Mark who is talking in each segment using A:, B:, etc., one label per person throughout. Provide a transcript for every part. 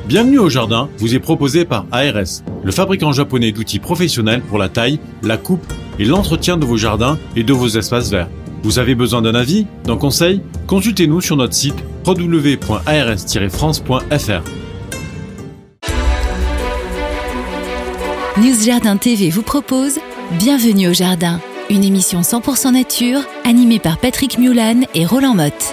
A: Bienvenue au jardin vous est proposé par ARS, le fabricant japonais d'outils professionnels pour la taille, la coupe et l'entretien de vos jardins et de vos espaces verts. Vous avez besoin d'un avis, d'un conseil? Consultez-nous sur notre site www.ars-france.fr.
B: News Jardin TV vous propose Bienvenue au jardin, une émission 100% nature animée par Patrick Mulan et Roland Motte.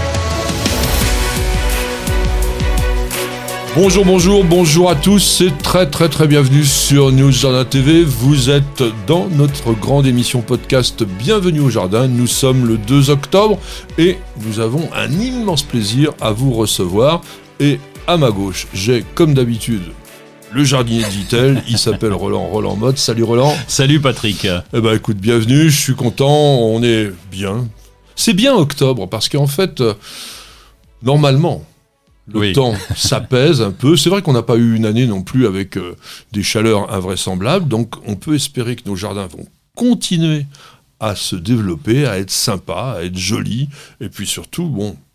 C: Bonjour à tous, c'est très bienvenue sur News Jardin TV. Vous êtes dans notre grande émission podcast Bienvenue au jardin. Nous sommes le 2 octobre et nous avons un immense plaisir à vous recevoir. Et à ma gauche, j'ai comme d'habitude le jardinier de Vitel, il s'appelle Roland Motte. Salut Roland.
D: Salut Patrick.
C: Eh ben écoute, bienvenue, je suis content, on est bien. C'est bien octobre parce qu'en fait, normalement, le temps s'apaise un peu. C'est vrai qu'on n'a pas eu une année non plus avec des chaleurs invraisemblables, donc on peut espérer que nos jardins vont continuer à se développer, à être sympas, à être jolis, et puis surtout,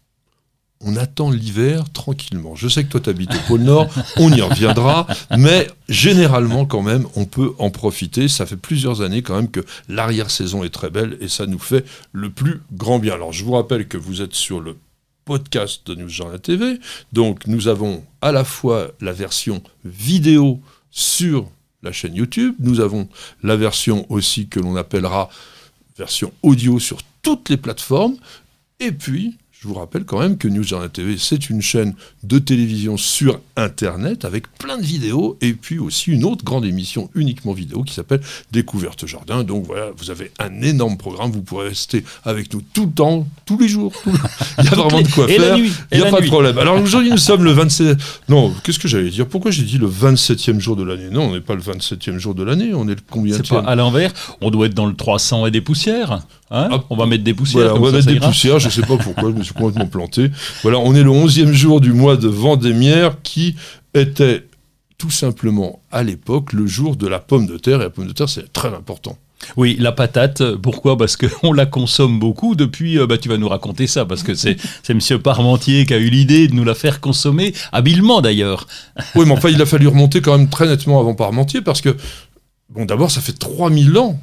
C: on attend l'hiver tranquillement. Je sais que toi t'habites au pôle Nord, on y reviendra, mais généralement quand même, on peut en profiter. Ça fait plusieurs années quand même que l'arrière-saison est très belle et ça nous fait le plus grand bien. Alors je vous rappelle que vous êtes sur le podcast de News Jardin TV, donc nous avons à la fois la version vidéo sur la chaîne YouTube, nous avons la version aussi que l'on appellera version audio sur toutes les plateformes, et puis je vous rappelle quand même que News Jardin TV, c'est une chaîne de télévision sur Internet avec plein de vidéos et puis aussi une autre grande émission uniquement vidéo qui s'appelle Découverte Jardin. Donc voilà, vous avez un énorme programme, vous pourrez rester avec nous tout le temps, tous les jours. Il y a vraiment de quoi faire, il n'y a pas de problème. Alors aujourd'hui, nous sommes le 27... Non, qu'est-ce que j'allais dire? Pourquoi j'ai dit le 27e jour de l'année? Non, on n'est pas le 27e jour de l'année, on est le combien?
D: C'est pas à l'envers, on doit être dans le 300 et des poussières. Hein, on va mettre des poussières.
C: Voilà, on va mettre des poussières, je ne sais pas pourquoi, je me suis complètement planté. Voilà, on est le 11e jour du mois de Vendémiaire qui était tout simplement à l'époque le jour de la pomme de terre, et la pomme de terre c'est très important.
D: Oui, la patate, pourquoi? Parce qu'on la consomme beaucoup depuis, tu vas nous raconter ça, parce que c'est monsieur Parmentier qui a eu l'idée de nous la faire consommer, habilement d'ailleurs.
C: Oui, mais enfin il a fallu remonter quand même très nettement avant Parmentier, parce que, d'abord ça fait 3000 ans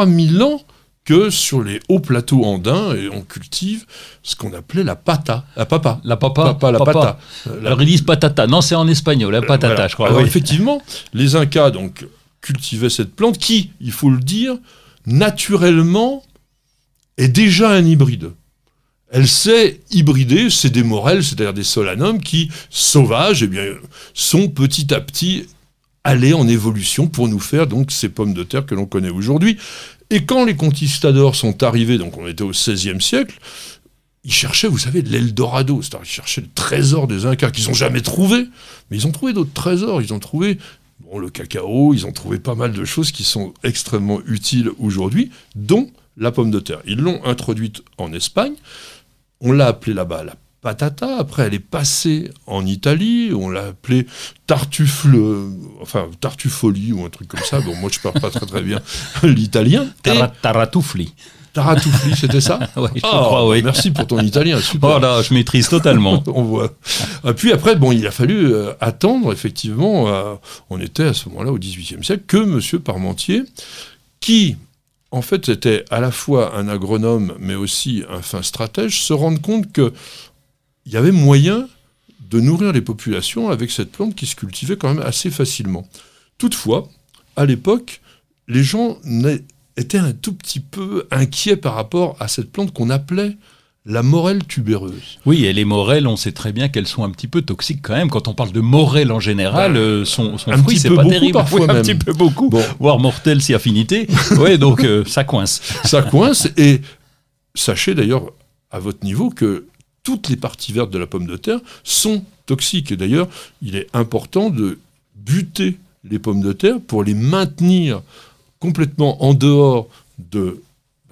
C: que sur les hauts plateaux andins, et on cultive ce qu'on appelait la pata. La papa.
D: Pata. Alors ils disent patata. Non, c'est en espagnol, la patata, voilà. Je crois.
C: Alors effectivement, les Incas donc cultivaient cette plante qui, il faut le dire, naturellement est déjà un hybride. Elle s'est hybridée, c'est des morels, c'est-à-dire des solanums qui, sauvages, sont petit à petit allés en évolution pour nous faire donc ces pommes de terre que l'on connaît aujourd'hui. Et quand les conquistadors sont arrivés, donc on était au XVIe siècle, ils cherchaient, vous savez, de l'Eldorado, c'est-à-dire ils cherchaient le trésor des Incas qu'ils n'ont jamais trouvé, mais ils ont trouvé d'autres trésors, ils ont trouvé le cacao, ils ont trouvé pas mal de choses qui sont extrêmement utiles aujourd'hui, dont la pomme de terre. Ils l'ont introduite en Espagne, on l'a appelée là-bas la patata, après elle est passée en Italie, on l'a appelée tartufoli ou un truc comme ça. Bon, moi je parle pas très bien l'italien.
D: Taratufli,
C: c'était ça?
D: Oui, je crois, oui.
C: Merci pour ton italien, super.
D: Oh là, je maîtrise totalement.
C: On voit. Et puis après, il a fallu attendre, effectivement, on était à ce moment-là au XVIIIe siècle, que monsieur Parmentier, qui en fait était à la fois un agronome mais aussi un fin stratège, se rende compte que il y avait moyen de nourrir les populations avec cette plante qui se cultivait quand même assez facilement. Toutefois, à l'époque, les gens étaient un tout petit peu inquiets par rapport à cette plante qu'on appelait la morelle tubéreuse.
D: Oui, et les morelles, on sait très bien qu'elles sont un petit peu toxiques quand même. Quand on parle de morelle en général, son fruit, c'est pas terrible.
C: Parfois même.
D: Un petit peu beaucoup, voire mortel si affinité. Oui, donc ça coince.
C: Ça coince, et sachez d'ailleurs, à votre niveau, que toutes les parties vertes de la pomme de terre sont toxiques. Et d'ailleurs, il est important de buter les pommes de terre pour les maintenir complètement en dehors de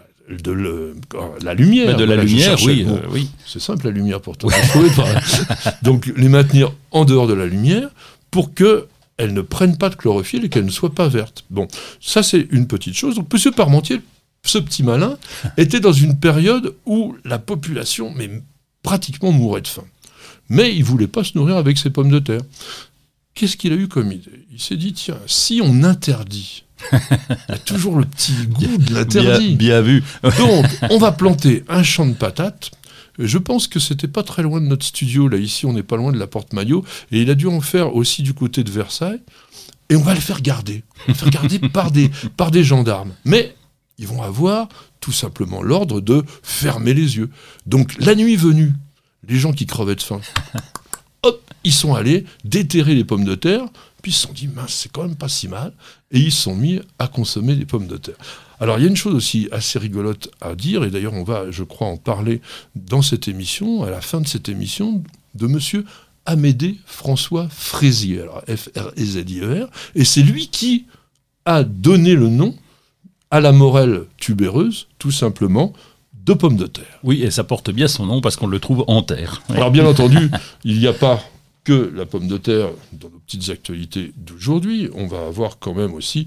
C: la lumière.
D: De la lumière, oui.
C: C'est simple, la lumière pour toi. Donc, les maintenir en dehors de la lumière pour qu'elles ne prennent pas de chlorophylle et qu'elles ne soient pas vertes. Bon, ça, c'est une petite chose. Donc, M. Parmentier, ce petit malin, était dans une période où la population pratiquement mourait de faim. mais il ne voulait pas se nourrir avec ses pommes de terre. Qu'est-ce qu'il a eu comme idée ? Il s'est dit, tiens, si on interdit, il y a toujours le petit goût de l'interdit.
D: Bien vu.
C: Donc, on va planter un champ de patates. Je pense que c'était pas très loin de notre studio. Là, ici, on n'est pas loin de la Porte Maillot. Et il a dû en faire aussi du côté de Versailles. Et on va le faire garder. On va le faire garder par des gendarmes. Mais ils vont avoir tout simplement l'ordre de fermer les yeux. Donc, la nuit venue, les gens qui crevaient de faim, hop, ils sont allés déterrer les pommes de terre. Puis ils se sont dit, mince, c'est quand même pas si mal. Et ils se sont mis à consommer des pommes de terre. Alors, il y a une chose aussi assez rigolote à dire, et d'ailleurs, on va, je crois, en parler dans cette émission, à la fin de cette émission, de monsieur Amédée François Fraisier, alors F-R-E-Z-I-E-R, et c'est lui qui a donné le nom à la morelle tubéreuse, tout simplement, de pommes de terre.
D: Oui, et ça porte bien son nom parce qu'on le trouve en terre.
C: Alors, bien entendu, il n'y a pas que la pomme de terre dans nos petites actualités d'aujourd'hui, on va avoir quand même aussi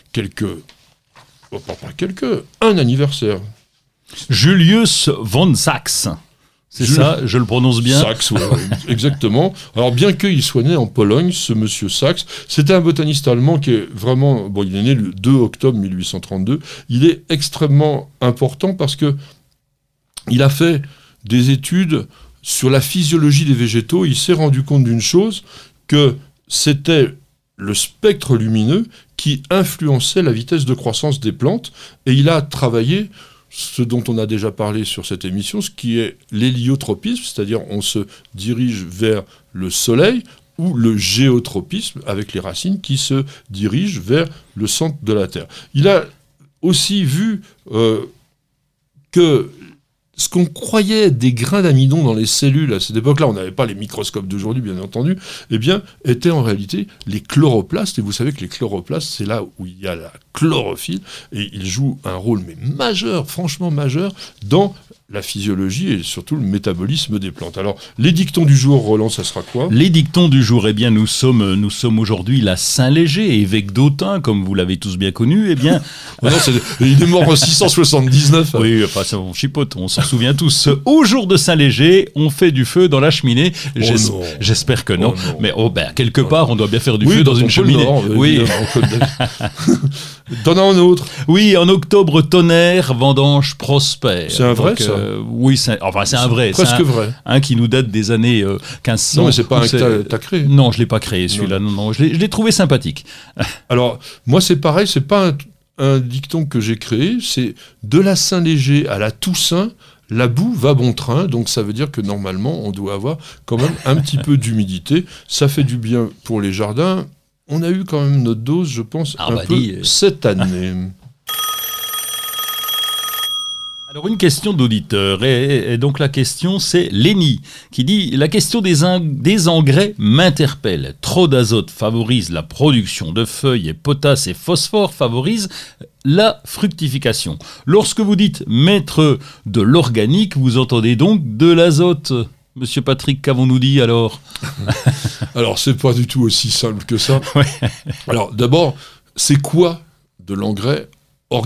C: un anniversaire.
D: Julius von Sachs. C'est ça, je le prononce bien.
C: Sachs, ouais, exactement. Alors, bien qu'il soit né en Pologne, ce monsieur Sachs, c'était un botaniste allemand qui est vraiment... Bon, il est né le 2 octobre 1832. Il est extrêmement important parce que il a fait des études sur la physiologie des végétaux. Il s'est rendu compte d'une chose, que c'était le spectre lumineux qui influençait la vitesse de croissance des plantes. Et il a travaillé ce dont on a déjà parlé sur cette émission, ce qui est l'héliotropisme, c'est-à-dire on se dirige vers le soleil, ou le géotropisme, avec les racines qui se dirigent vers le centre de la Terre. Il a aussi vu que ce qu'on croyait des grains d'amidon dans les cellules, à cette époque-là, on n'avait pas les microscopes d'aujourd'hui, bien entendu, eh bien, étaient en réalité les chloroplastes. Et vous savez que les chloroplastes, c'est là où il y a la chlorophylle, et ils jouent un rôle, mais majeur, franchement majeur, dans la physiologie et surtout le métabolisme des plantes. Alors, les dictons du jour, Roland, ça sera quoi ?
D: Les dictons du jour, eh bien, nous sommes aujourd'hui la Saint-Léger, évêque d'Autun, comme vous l'avez tous bien connu, eh bien...
C: non, il est mort en 679.
D: Oui, enfin, ça, on chipote, on s'en souvient tous. Au jour de Saint-Léger, on fait du feu dans la cheminée. J'espère que non.
C: Oh non.
D: Mais quelque part, on doit bien faire du feu dans une cheminée.
C: Nord,
D: oui.
C: T'en as un autre.
D: Oui, en octobre, tonnerre, vendange prospère.
C: C'est un vrai, ça ?
D: Oui, c'est un vrai.
C: Presque vrai.
D: Un qui nous date des années 1500.
C: Non, mais c'est pas un que t'as créé.
D: Non, je l'ai pas créé, celui-là. Non, je l'ai trouvé sympathique.
C: Alors, moi, c'est pareil, c'est pas un dicton que j'ai créé, c'est de la Saint-Léger à la Toussaint, la boue va bon train, donc ça veut dire que normalement, on doit avoir quand même un petit peu d'humidité. Ça fait du bien pour les jardins. On a eu quand même notre dose, je pense, cette année.
D: Alors une question d'auditeur, et donc la question c'est Lénie, qui dit « La question des engrais m'interpelle. Trop d'azote favorise la production de feuilles et potasse et phosphore favorise la fructification. Lorsque vous dites mettre de l'organique, vous entendez donc de l'azote ?» Monsieur Patrick, qu'avons-nous dit alors ?
C: Alors, c'est pas du tout aussi simple que ça.
D: Ouais.
C: Alors, d'abord, c'est quoi de l'engrais organique ?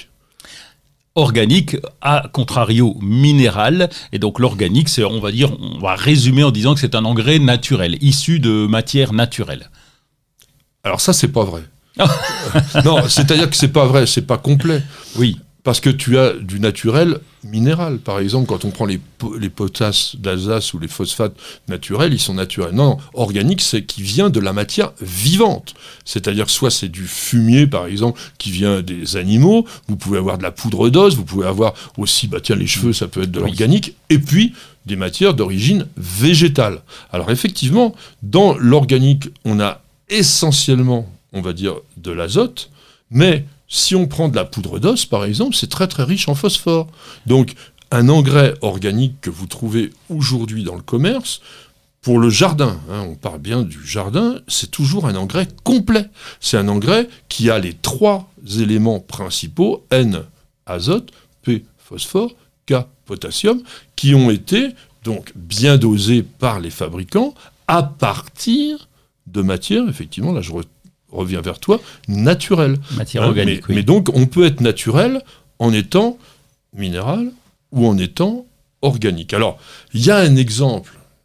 D: Organique, à contrario minéral, et donc l'organique, c'est, on va résumer en disant que c'est un engrais naturel, issu de matières naturelles.
C: Alors ça, c'est pas vrai. Non, c'est-à-dire que c'est pas vrai, c'est pas complet.
D: Oui.
C: Parce que tu as du naturel minéral. Par exemple, quand on prend les potasses d'Alsace ou les phosphates naturels, ils sont naturels. Non, organique, c'est qui vient de la matière vivante. C'est-à-dire, soit c'est du fumier, par exemple, qui vient des animaux. Vous pouvez avoir de la poudre d'os. Vous pouvez avoir aussi, les cheveux, ça peut être de l'organique. Et puis, des matières d'origine végétale. Alors, effectivement, dans l'organique, on a essentiellement, on va dire, de l'azote, mais si on prend de la poudre d'os, par exemple, c'est très très riche en phosphore. Donc, un engrais organique que vous trouvez aujourd'hui dans le commerce, pour le jardin, on parle bien du jardin, c'est toujours un engrais complet. C'est un engrais qui a les 3 éléments principaux, N, azote, P, phosphore, K, potassium, qui ont été donc bien dosés par les fabricants à partir de matières, effectivement, là je reviens vers toi, naturel.
D: Matière organique,
C: mais donc, on peut être naturel en étant minéral ou en étant organique. Alors, il y a un exemple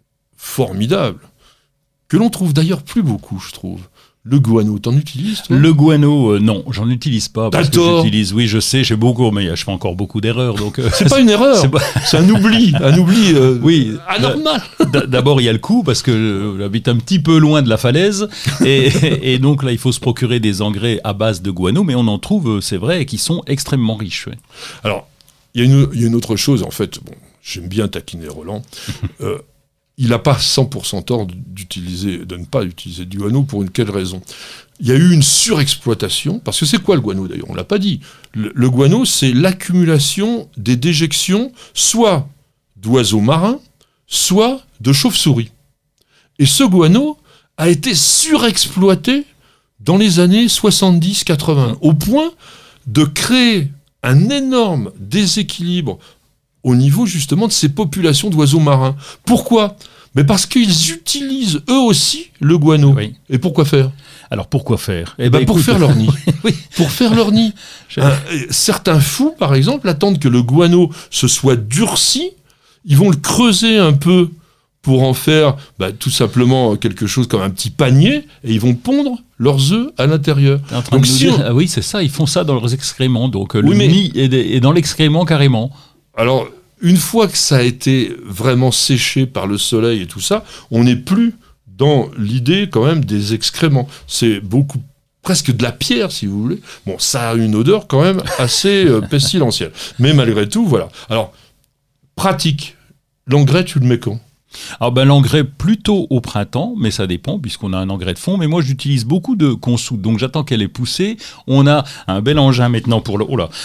C: formidable, que l'on trouve d'ailleurs plus beaucoup, je trouve. Le guano, t'en utilises, toi ?
D: Le guano, non, j'en utilise pas. Parce que
C: tort.
D: j'utilise, oui, je sais, j'ai beaucoup, mais je fais encore beaucoup d'erreurs. Donc,
C: c'est pas une erreur, c'est un oubli
D: oui,
C: anormal.
D: D'abord, il y a le coût, parce que j'habite un petit peu loin de la falaise, et donc là, il faut se procurer des engrais à base de guano, mais on en trouve, c'est vrai, qui sont extrêmement riches. Ouais.
C: Alors, il y a une autre chose, en fait, bon, j'aime bien taquiner Roland. Il n'a pas 100% tort de ne pas utiliser du guano. Pour quelle raison ? Il y a eu une surexploitation, parce que c'est quoi le guano d'ailleurs ? On ne l'a pas dit. Le guano, c'est l'accumulation des déjections, soit d'oiseaux marins, soit de chauves-souris. Et ce guano a été surexploité dans les années 70-80, au point de créer un énorme déséquilibre au niveau justement de ces populations d'oiseaux marins. Pourquoi ? Mais parce qu'ils utilisent eux aussi le guano.
D: Oui.
C: Et pourquoi faire ?
D: Alors pourquoi faire ?
C: Pour faire leur nid.
D: Oui.
C: Pour faire leur nid. Certains fous, par exemple, attendent que le guano se soit durci. Ils vont le creuser un peu pour en faire tout simplement quelque chose comme un petit panier, et ils vont pondre leurs œufs à l'intérieur.
D: Donc, ah oui, c'est ça, ils font ça dans leurs excréments. Donc le nid est dans l'excrément carrément. Alors,
C: une fois que ça a été vraiment séché par le soleil et tout ça, on n'est plus dans l'idée quand même des excréments. C'est presque de la pierre, si vous voulez. Bon, ça a une odeur quand même assez pestilentielle. Mais malgré tout, voilà. Alors, pratique. L'engrais, tu le mets quand ?
D: Alors l'engrais plutôt au printemps, mais ça dépend puisqu'on a un engrais de fond. Mais moi j'utilise beaucoup de consoude, donc j'attends qu'elle ait poussé. On a un bel engin maintenant pour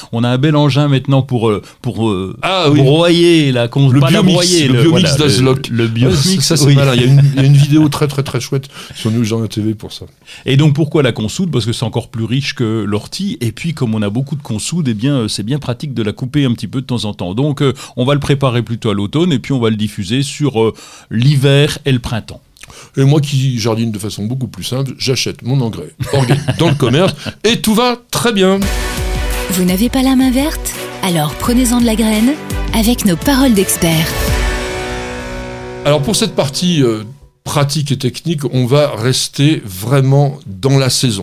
D: broyer la consoude.
C: Le biomix d'Azloc.
D: Le biomix,
C: ça c'est malin. Il y a une vidéo très très très chouette sur New Journal TV pour ça.
D: Et donc pourquoi la consoude ? Parce que c'est encore plus riche que l'ortie. Et puis comme on a beaucoup de consoude, c'est bien pratique de la couper un petit peu de temps en temps. Donc on va le préparer plutôt à l'automne et puis on va le diffuser sur l'hiver et le printemps.
C: Et moi qui jardine de façon beaucoup plus simple, j'achète mon engrais organique dans le commerce et tout va très bien.
B: Vous n'avez pas la main verte ? Alors prenez-en de la graine avec nos paroles d'experts.
C: Alors pour cette partie pratique et technique, on va rester vraiment dans la saison.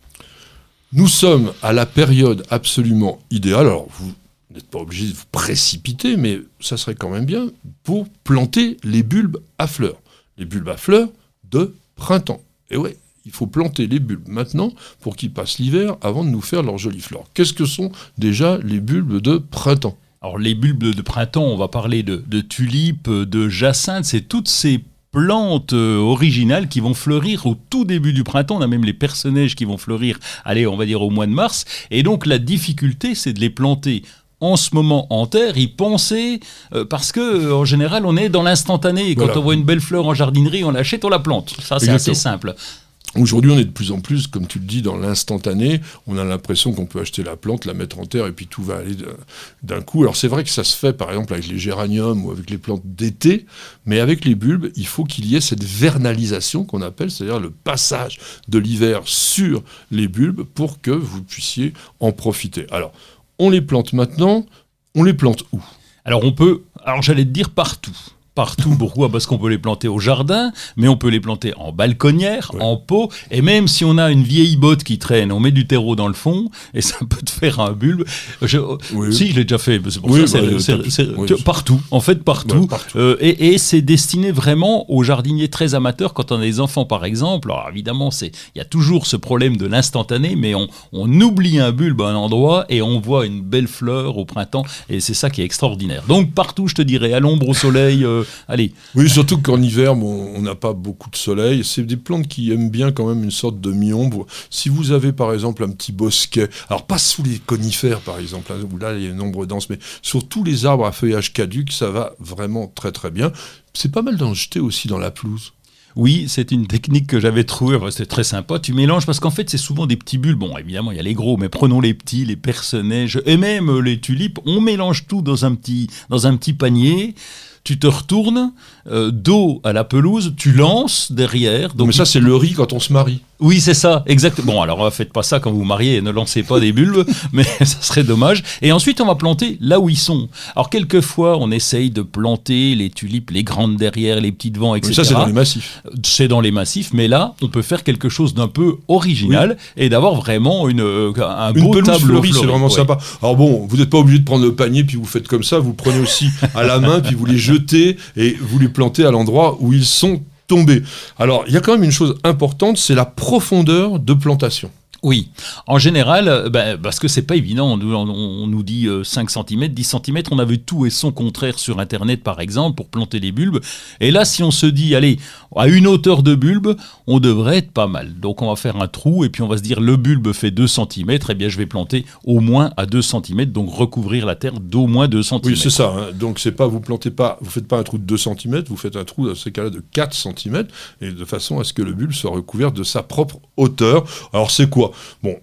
C: Nous sommes à la période absolument idéale. Alors vous n'êtes pas obligé de vous précipiter, mais ça serait quand même bien pour planter les bulbes à fleurs. Les bulbes à fleurs de printemps. Et ouais, il faut planter les bulbes maintenant pour qu'ils passent l'hiver avant de nous faire leurs jolies fleurs. Qu'est-ce que sont déjà les bulbes de printemps ?
D: Alors les bulbes de printemps, on va parler de tulipes, de jacinthes, c'est toutes ces plantes originales qui vont fleurir au tout début du printemps. On a même les personnages qui vont fleurir, on va dire au mois de mars. Et donc la difficulté, c'est de les planter en ce moment en terre, y penser, parce que en général on est dans l'instantané. Quand on voit une belle fleur en jardinerie, on l'achète, on la plante. Ça c'est assez simple.
C: Aujourd'hui, on est de plus en plus, comme tu le dis, dans l'instantané. On a l'impression qu'on peut acheter la plante, la mettre en terre, et puis tout va aller d'un coup. Alors c'est vrai que ça se fait, par exemple, avec les géraniums ou avec les plantes d'été, mais avec les bulbes, il faut qu'il y ait cette vernalisation qu'on appelle, c'est-à-dire le passage de l'hiver sur les bulbes pour que vous puissiez en profiter. Alors, on les plante maintenant, on les plante où ?
D: Alors j'allais te dire partout. Partout, pourquoi ? Parce qu'on peut les planter au jardin, mais on peut les planter en balconnière, en pot, et même si on a une vieille botte qui traîne, on met du terreau dans le fond, et ça peut te faire un bulbe. Si, je l'ai déjà fait, c'est pour ça, partout, en fait, partout. Ouais, partout. Et c'est destiné vraiment aux jardiniers très amateurs, quand on a des enfants, par exemple. Alors évidemment, il y a toujours ce problème de l'instantané, mais on oublie un bulbe à un endroit, et on voit une belle fleur au printemps, et c'est ça qui est extraordinaire. Donc partout, je te dirais, à l'ombre, au soleil... allez.
C: Oui, surtout qu'en hiver, on n'a pas beaucoup de soleil. C'est des plantes qui aiment bien quand même une sorte de mi-ombre. Si vous avez par exemple un petit bosquet, alors pas sous les conifères par exemple, où là il y a une ombre dense, mais sur tous les arbres à feuillage caduc, ça va vraiment très très bien. C'est pas mal d'en jeter aussi dans la pelouse.
D: Oui, c'est une technique que j'avais trouvée, c'est très sympa. Tu mélanges, parce qu'en fait, c'est souvent des petits bulbes. Bon, évidemment, il y a les gros, mais prenons les petits, les perce-neiges, et même les tulipes. On mélange tout dans un petit panier. tu te retournes, dos à la pelouse, tu lances derrière. Donc
C: mais ça, c'est le riz quand on se marie.
D: Oui, c'est ça, exactement. Bon, alors faites pas ça quand vous vous mariez, ne lancez pas des bulbes, mais ça serait dommage. Et ensuite, on va planter là où ils sont. Alors, quelquefois, on essaye de planter les tulipes, les grandes derrière, les petits devant, etc.
C: Mais ça, c'est dans les massifs.
D: C'est dans les massifs, mais là, on peut faire quelque chose d'un peu original et d'avoir vraiment un beau
C: pelouse
D: tableau
C: fleurie, c'est vraiment sympa. Alors bon, vous n'êtes pas obligé de prendre le panier, puis vous faites comme ça, vous prenez aussi à la main, puis vous les jetez et vous les plantez à l'endroit où ils sont tombés. Alors, il y a quand même une chose importante, c'est la profondeur de plantation.
D: Oui, en général, parce que c'est pas évident, on nous dit 5 cm, 10 cm, on a vu tout et son contraire sur Internet par exemple pour planter les bulbes, et là si on se dit, allez, à une hauteur de bulbe, on devrait être pas mal. Donc on va faire un trou et puis on va se dire, le bulbe fait 2 cm, et bien je vais planter au moins à 2 cm, donc recouvrir la terre d'au moins 2 cm.
C: Oui, c'est ça, hein. Donc c'est pas, vous faites pas un trou de 2 cm, vous faites un trou dans ces cas-là de 4 cm, et de façon à ce que le bulbe soit recouvert de sa propre hauteur. Alors c'est quoi ? Bon,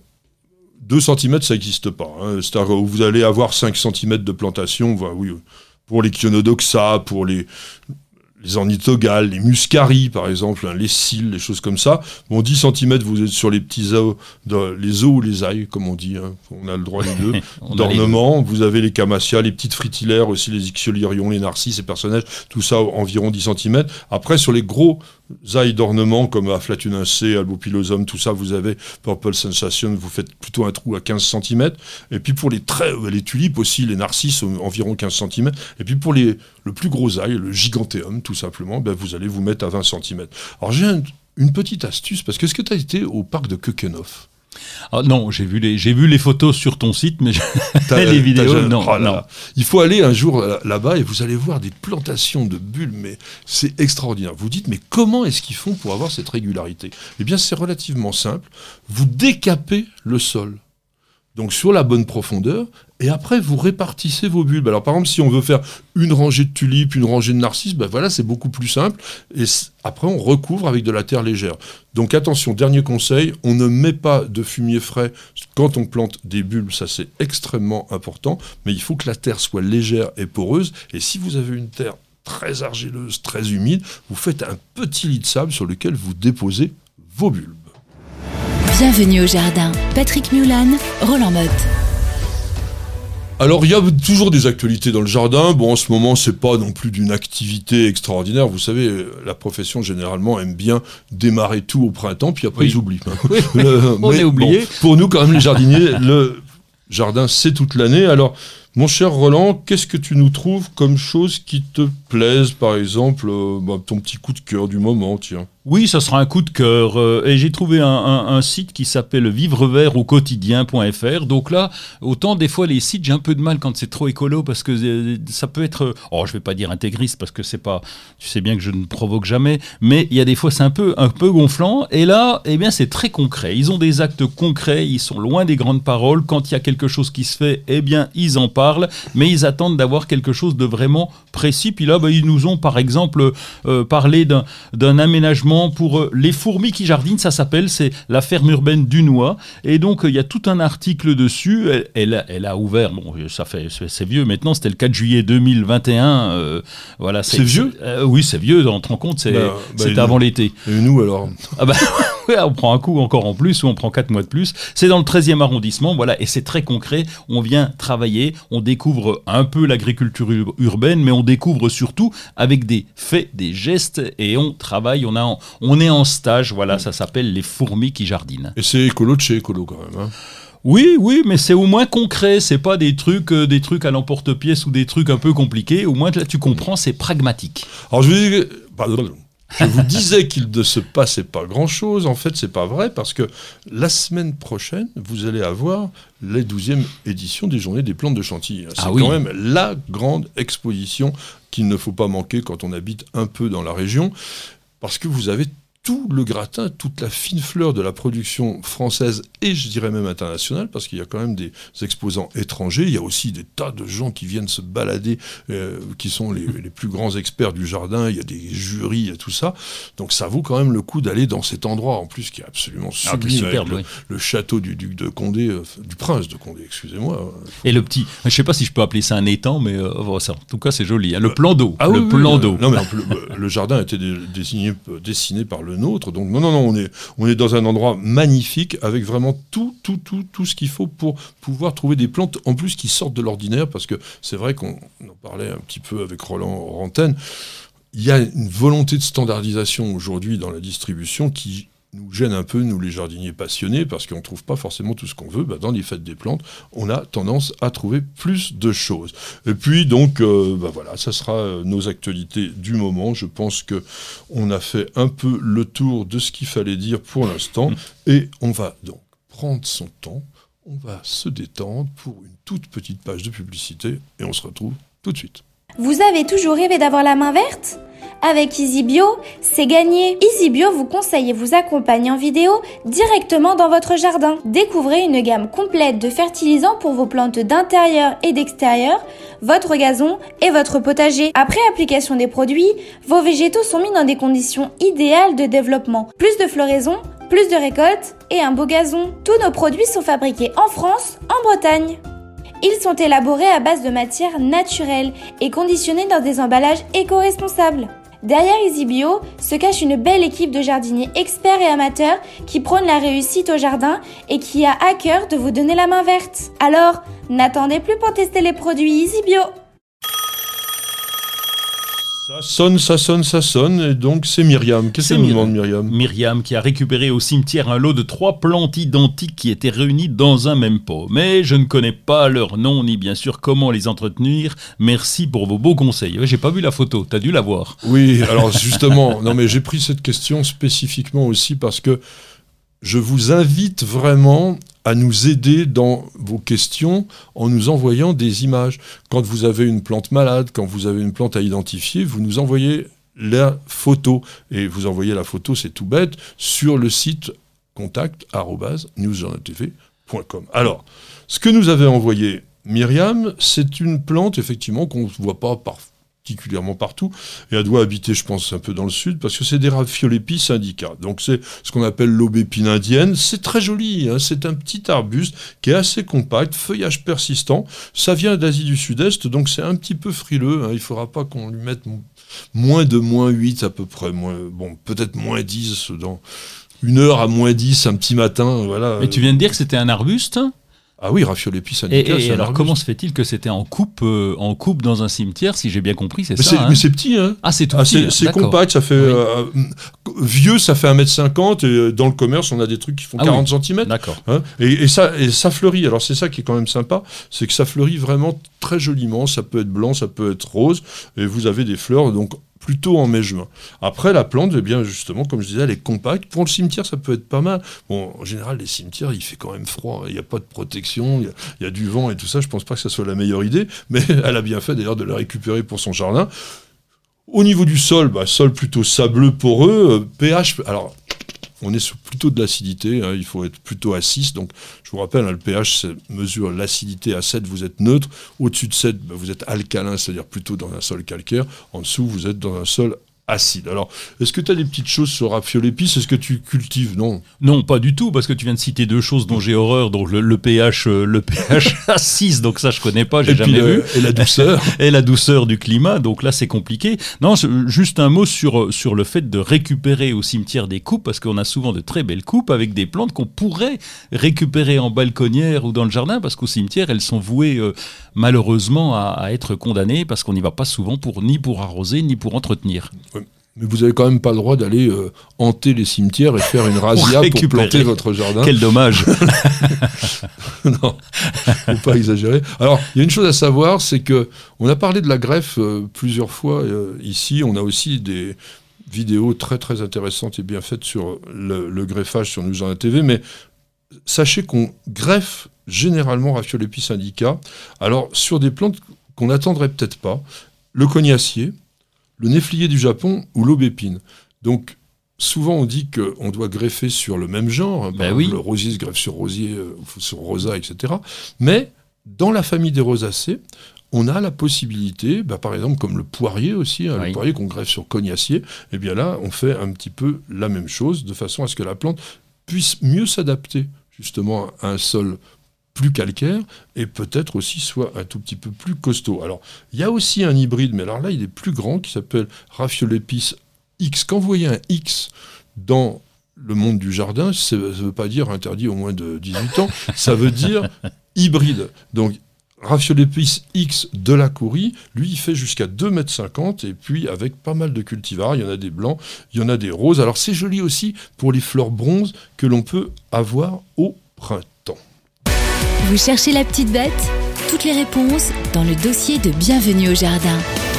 C: 2 cm, ça n'existe pas. Hein. C'est-à-dire que vous allez avoir 5 cm de plantation, oui, pour les Chionodoxa, pour les ornithogales, les muscaries, par exemple, hein, les cils, les choses comme ça. Bon, 10 cm, vous êtes sur les petits os, les os ou les ailes, comme on dit. Hein. On a le droit les deux. D'ornement, vous avez les camassias, les petites fritillaires, aussi les ixiolirions, les narcisses, ces personnages, tout ça environ 10 cm. Après, sur les gros ailes d'ornement, comme Aflatunacea, Albopilosum, tout ça, vous avez Purple Sensation, vous faites plutôt un trou à 15 cm. Et puis pour les tulipes aussi, les narcisses, environ 15 cm. Et puis pour le plus gros ail, le giganteum, tout simplement, vous allez vous mettre à 20 cm. Alors j'ai une petite astuce, parce que est-ce que tu as été au parc de Keukenhof ?
D: Ah non, j'ai vu les photos sur ton site, mais les vidéos, non.
C: Il faut aller un jour là-bas et vous allez voir des plantations de bulbes, mais c'est extraordinaire. Vous dites, mais comment est-ce qu'ils font pour avoir cette régularité ? Eh bien, c'est relativement simple. Vous décapez le sol, donc sur la bonne profondeur, et après vous répartissez vos bulbes. Alors par exemple, si on veut faire une rangée de tulipes, une rangée de narcisses, voilà, c'est beaucoup plus simple, et après on recouvre avec de la terre légère. Donc attention, dernier conseil, on ne met pas de fumier frais quand on plante des bulbes, ça c'est extrêmement important, mais il faut que la terre soit légère et poreuse, et si vous avez une terre très argileuse, très humide, vous faites un petit lit de sable sur lequel vous déposez vos bulbes.
B: Bienvenue au jardin. Patrick Mulan, Roland Motte.
C: Alors, il y a toujours des actualités dans le jardin. Bon, en ce moment, c'est pas non plus d'une activité extraordinaire. Vous savez, la profession, généralement, aime bien démarrer tout au printemps, puis après, ils oublient.
D: Oui, on est oublié.
C: Bon, pour nous, quand même, les jardiniers, le jardin, c'est toute l'année. Alors, mon cher Roland, qu'est-ce que tu nous trouves comme chose qui te plaise, par exemple, ton petit coup de cœur du moment, tiens.
D: Oui, ça sera un coup de cœur. Et j'ai trouvé un site qui s'appelle vivrevert-au-quotidien.fr. Donc là, autant des fois les sites, j'ai un peu de mal quand c'est trop écolo parce que ça peut être, je vais pas dire intégriste parce que c'est pas, tu sais bien que je ne provoque jamais, mais il y a des fois c'est un peu gonflant. Et là, eh bien c'est très concret. Ils ont des actes concrets, ils sont loin des grandes paroles. Quand il y a quelque chose qui se fait, eh bien ils en parlent, mais ils attendent d'avoir quelque chose de vraiment précis. Puis là, ils nous ont par exemple parlé d'un aménagement pour les fourmis qui jardinent, ça s'appelle, c'est la ferme urbaine d'Unois. Et donc, il y a tout un article dessus. Elle a ouvert, c'est vieux maintenant, c'était le 4 juillet 2021. Voilà,
C: c'est vieux
D: oui, c'est vieux, on te rend compte, c'était avant l'été.
C: Et nous alors
D: ouais, on prend un coup encore en plus, ou on prend 4 mois de plus. C'est dans le 13e arrondissement, voilà, et c'est très concret. On vient travailler, on découvre un peu l'agriculture urbaine, mais on découvre surtout avec des faits, des gestes, et on travaille, on est en stage, voilà, ça s'appelle les fourmis qui jardinent.
C: Et c'est écolo de chez écolo quand même, hein.
D: Oui, mais c'est au moins concret, c'est pas des trucs à l'emporte-pièce ou des trucs un peu compliqués, au moins là tu comprends, c'est pragmatique.
C: Alors je vous disais qu'il ne se passait pas grand-chose, en fait c'est pas vrai, parce que la semaine prochaine, vous allez avoir la 12e édition des Journées des plantes de Chantilly. C'est quand même la grande exposition qu'il ne faut pas manquer quand on habite un peu dans la région, parce que vous avez tout le gratin, toute la fine fleur de la production française et je dirais même internationale, parce qu'il y a quand même des exposants étrangers, il y a aussi des tas de gens qui viennent se balader, qui sont les plus grands experts du jardin, il y a des jurys, il y a tout ça, donc ça vaut quand même le coup d'aller dans cet endroit, en plus qui est absolument sublime,
D: superbe,
C: avec le château du duc de Condé, du prince de Condé, excusez-moi.
D: Et le petit, je sais pas si je peux appeler ça un étang, mais ça, en tout cas c'est joli, hein. Le plan d'eau,
C: plan
D: d'eau.
C: Non mais le jardin a été dessiné par le nôtre, donc non, on est dans un endroit magnifique avec vraiment tout ce qu'il faut pour pouvoir trouver des plantes en plus qui sortent de l'ordinaire, parce que c'est vrai qu'on en parlait un petit peu avec Roland Rantaine, il y a une volonté de standardisation aujourd'hui dans la distribution qui nous gêne un peu, nous les jardiniers passionnés, parce qu'on ne trouve pas forcément tout ce qu'on veut. Dans les fêtes des plantes, on a tendance à trouver plus de choses. Et puis donc, voilà, ça sera nos actualités du moment. Je pense qu'on a fait un peu le tour de ce qu'il fallait dire pour l'instant, et on va donc prendre son temps, on va se détendre pour une toute petite page de publicité, et on se retrouve tout de suite.
E: Vous avez toujours rêvé d'avoir la main verte ? Avec EasyBio, c'est gagné. EasyBio vous conseille et vous accompagne en vidéo directement dans votre jardin. Découvrez une gamme complète de fertilisants pour vos plantes d'intérieur et d'extérieur, votre gazon et votre potager. Après application des produits, vos végétaux sont mis dans des conditions idéales de développement. Plus de floraison, plus de récoltes et un beau gazon. Tous nos produits sont fabriqués en France, en Bretagne. Ils sont élaborés à base de matières naturelles et conditionnés dans des emballages éco-responsables. Derrière EasyBio se cache une belle équipe de jardiniers experts et amateurs qui prônent la réussite au jardin et qui a à cœur de vous donner la main verte. Alors, n'attendez plus pour tester les produits EasyBio.
C: Ça sonne, et donc c'est Myriam. Qu'est-ce qu'elle nous demande, Myriam ?
D: Myriam qui a récupéré au cimetière un lot de 3 plantes identiques qui étaient réunies dans un même pot. Mais je ne connais pas leur nom, ni bien sûr comment les entretenir. Merci pour vos beaux conseils. J'ai pas vu la photo, t'as dû la voir.
C: Oui, alors justement, non mais j'ai pris cette question spécifiquement aussi parce que je vous invite vraiment à nous aider dans vos questions en nous envoyant des images. Quand vous avez une plante malade, quand vous avez une plante à identifier, vous nous envoyez la photo. Et vous envoyez la photo, c'est tout bête, sur le site contact@newsjournaltv.com. Alors, ce que nous avait envoyé Myriam, c'est une plante, effectivement, qu'on ne voit pas particulièrement partout, et elle doit habiter, je pense, un peu dans le sud, parce que c'est des Raphiolepis indica. Donc c'est ce qu'on appelle l'aubépine indienne. C'est très joli, hein, c'est un petit arbuste qui est assez compact, feuillage persistant. Ça vient d'Asie du Sud-Est, donc c'est un petit peu frileux. Hein. Il ne faudra pas qu'on lui mette moins de -8 à peu près. Peut-être -10 dans 1h à -10 un petit matin. Voilà.
D: Mais tu viens de dire que c'était un arbuste ?
C: Ah oui, Raphiolepis indica.
D: Et alors, comment se fait-il que c'était en coupe dans un cimetière, si j'ai bien compris, c'est ça,
C: mais c'est petit, hein.
D: Ah, c'est tout petit.
C: C'est compact, ça fait... vieux, ça fait 1m50, et dans le commerce, on a des trucs qui font 40 cm.
D: D'accord.
C: Hein, et ça fleurit. Alors, c'est ça qui est quand même sympa, c'est que ça fleurit vraiment très joliment. Ça peut être blanc, ça peut être rose, et vous avez des fleurs, donc plutôt en mai-juin. Après, la plante, eh bien, justement, comme je disais, elle est compacte. Pour le cimetière, ça peut être pas mal. Bon, en général, les cimetières, il fait quand même froid. Il n'y a pas de protection, il y a du vent et tout ça. Je pense pas que ça soit la meilleure idée, mais elle a bien fait, d'ailleurs, de la récupérer pour son jardin. Au niveau du sol, sol plutôt sableux, poreux, pH... Alors, on est plutôt de l'acidité, hein, il faut être plutôt à 6, donc je vous rappelle, le pH mesure l'acidité à 7, vous êtes neutre, au-dessus de 7, vous êtes alcalin, c'est-à-dire plutôt dans un sol calcaire, en dessous, vous êtes dans un sol acide. Alors, est-ce que tu as des petites choses sur Raphiolepis ? Est-ce que tu cultives ?
D: Non, pas du tout, parce que tu viens de citer 2 choses dont j'ai horreur, donc le pH à 6, donc ça je connais pas, j'ai jamais vu.
C: Et la douceur.
D: Et la douceur du climat, donc là c'est compliqué. Non, juste un mot sur le fait de récupérer au cimetière des coupes, parce qu'on a souvent de très belles coupes avec des plantes qu'on pourrait récupérer en balconnière ou dans le jardin, parce qu'au cimetière elles sont vouées malheureusement à être condamnées, parce qu'on n'y va pas souvent ni pour arroser, ni pour entretenir.
C: Mais vous n'avez quand même pas le droit d'aller hanter les cimetières et faire une razzia pour planter votre jardin.
D: Quel dommage.
C: Non, faut pas exagérer. Alors, il y a une chose à savoir, c'est que on a parlé de la greffe plusieurs fois ici. On a aussi des vidéos très très intéressantes et bien faites sur le greffage sur News Journal TV. Mais sachez qu'on greffe généralement Raphiolepis indica. Alors, sur des plantes qu'on n'attendrait peut-être pas, le cognacier, le néflier du Japon ou l'aubépine. Donc, souvent on dit qu'on doit greffer sur le même genre, par exemple, le rosier se greffe sur rosier, sur rosa, etc. Mais dans la famille des rosacées, on a la possibilité, par exemple comme le poirier aussi, le poirier qu'on greffe sur cognacier, et bien là on fait un petit peu la même chose, de façon à ce que la plante puisse mieux s'adapter justement à un sol plus calcaire, et peut-être aussi soit un tout petit peu plus costaud. Alors, il y a aussi un hybride, mais alors là, il est plus grand, qui s'appelle Rhaphiolépis X. Quand vous voyez un X dans le monde du jardin, ça ne veut pas dire interdit au moins de 18 ans, ça veut dire hybride. Donc, Rhaphiolépis X de la Courie, lui, il fait jusqu'à 2,50 m, et puis avec pas mal de cultivars, il y en a des blancs, il y en a des roses. Alors, c'est joli aussi pour les fleurs bronzes que l'on peut avoir au printemps.
B: Vous cherchez la petite bête ? Toutes les réponses dans le dossier de Bienvenue au Jardin.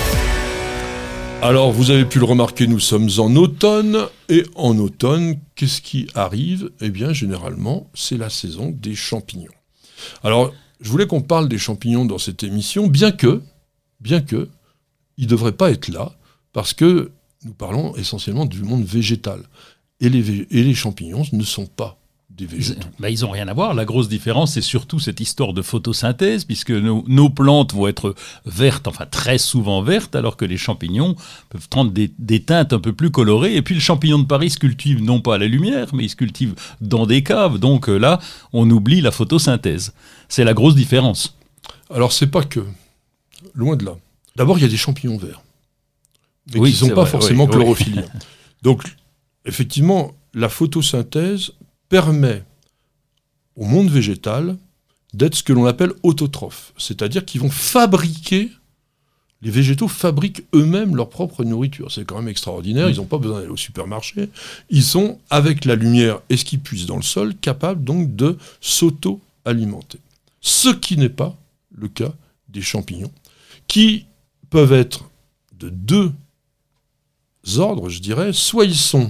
C: Alors, vous avez pu le remarquer, nous sommes en automne. Et en automne, qu'est-ce qui arrive ? Eh bien, généralement, c'est la saison des champignons. Alors, je voulais qu'on parle des champignons dans cette émission, bien que, ils ne devraient pas être là, parce que nous parlons essentiellement du monde végétal. Et les champignons ne sont pas des végétaux.
D: Ils n'ont rien à voir. La grosse différence, c'est surtout cette histoire de photosynthèse, puisque nos plantes vont être vertes, enfin très souvent vertes, alors que les champignons peuvent prendre des teintes un peu plus colorées. Et puis le champignon de Paris se cultive non pas à la lumière, mais il se cultive dans des caves. Donc là, on oublie la photosynthèse. C'est la grosse différence.
C: Alors c'est pas que. Loin de là. D'abord, il y a des champignons verts, mais qui ne sont pas forcément chlorophylliens. Donc, effectivement, la photosynthèse permet au monde végétal d'être ce que l'on appelle autotrophes, c'est-à-dire qu'ils vont fabriquer, les végétaux fabriquent eux-mêmes leur propre nourriture. C'est quand même extraordinaire, ils n'ont pas besoin d'aller au supermarché, ils sont, avec la lumière et ce qu'ils puissent dans le sol, capables donc de s'auto-alimenter. Ce qui n'est pas le cas des champignons, qui peuvent être de deux ordres, je dirais. Soit ils sont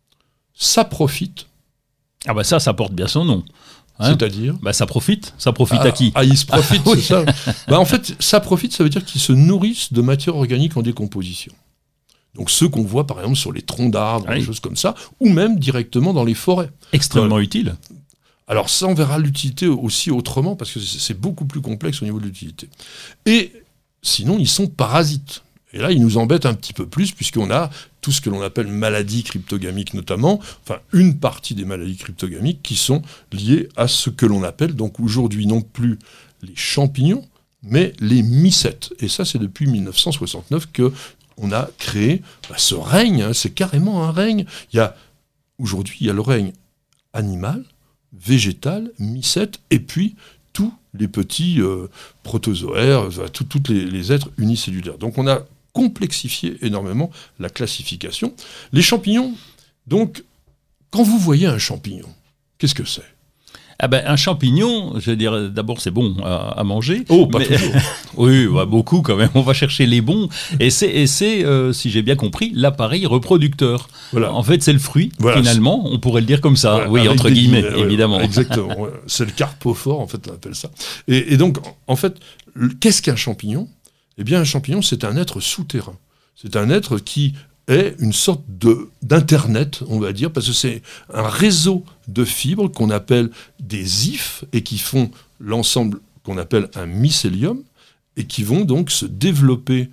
C: saprophytes.
D: Ah bah ça porte bien son nom. Hein.
C: C'est-à-dire
D: ça profite à qui?
C: Ils se profitent, c'est ça. En fait, saprophytes, ça veut dire qu'ils se nourrissent de matière organique en décomposition. Donc ceux qu'on voit par exemple sur les troncs d'arbres, des choses comme ça, ou même directement dans les forêts.
D: Extrêmement utile.
C: Alors ça, on verra l'utilité aussi autrement, parce que c'est beaucoup plus complexe au niveau de l'utilité. Et sinon, ils sont parasites. Et là, ils nous embêtent un petit peu plus, puisqu'on a tout ce que l'on appelle maladies cryptogamiques notamment, enfin une partie des maladies cryptogamiques qui sont liées à ce que l'on appelle donc aujourd'hui non plus les champignons, mais les mycètes. Et ça, c'est depuis 1969 qu'on a créé ce règne, c'est carrément un règne. Aujourd'hui, il y a le règne animal, végétal, mycète, et puis tous les petits protozoaires, tous les êtres unicellulaires. Donc on a complexifié énormément la classification. Les champignons, donc, quand vous voyez un champignon, qu'est-ce que c'est ?
D: Un champignon, je veux dire, d'abord c'est bon à manger.
C: Oh, pas toujours.
D: Oui, beaucoup quand même. On va chercher les bons. Et c'est si j'ai bien compris, l'appareil reproducteur. Voilà. En fait, c'est le fruit, finalement. On pourrait le dire comme ça. Oui, entre guillemets, évidemment.
C: Exactement. C'est le carpophore, en fait, on appelle ça. Et donc, en fait, qu'est-ce qu'un champignon ? Eh bien, un champignon, c'est un être souterrain. C'est un être qui est une sorte d'internet, on va dire, parce que c'est un réseau de fibres qu'on appelle des ifs et qui font l'ensemble qu'on appelle un mycélium et qui vont donc se développer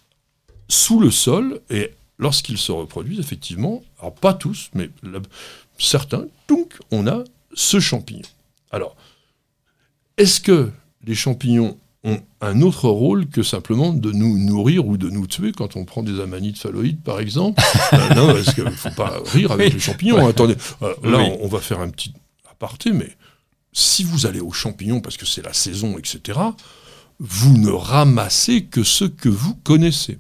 C: sous le sol et lorsqu'ils se reproduisent, effectivement, alors pas tous, mais certains, donc on a ce champignon. Alors, est-ce que les champignons ont un autre rôle que simplement de nous nourrir ou de nous tuer quand on prend des amanites phalloïdes, par exemple? Non, parce qu'il ne faut pas rire avec les champignons. Ouais. Attendez, on va faire un petit aparté, mais si vous allez aux champignons, parce que c'est la saison, etc., vous ne ramassez que ce que vous connaissez.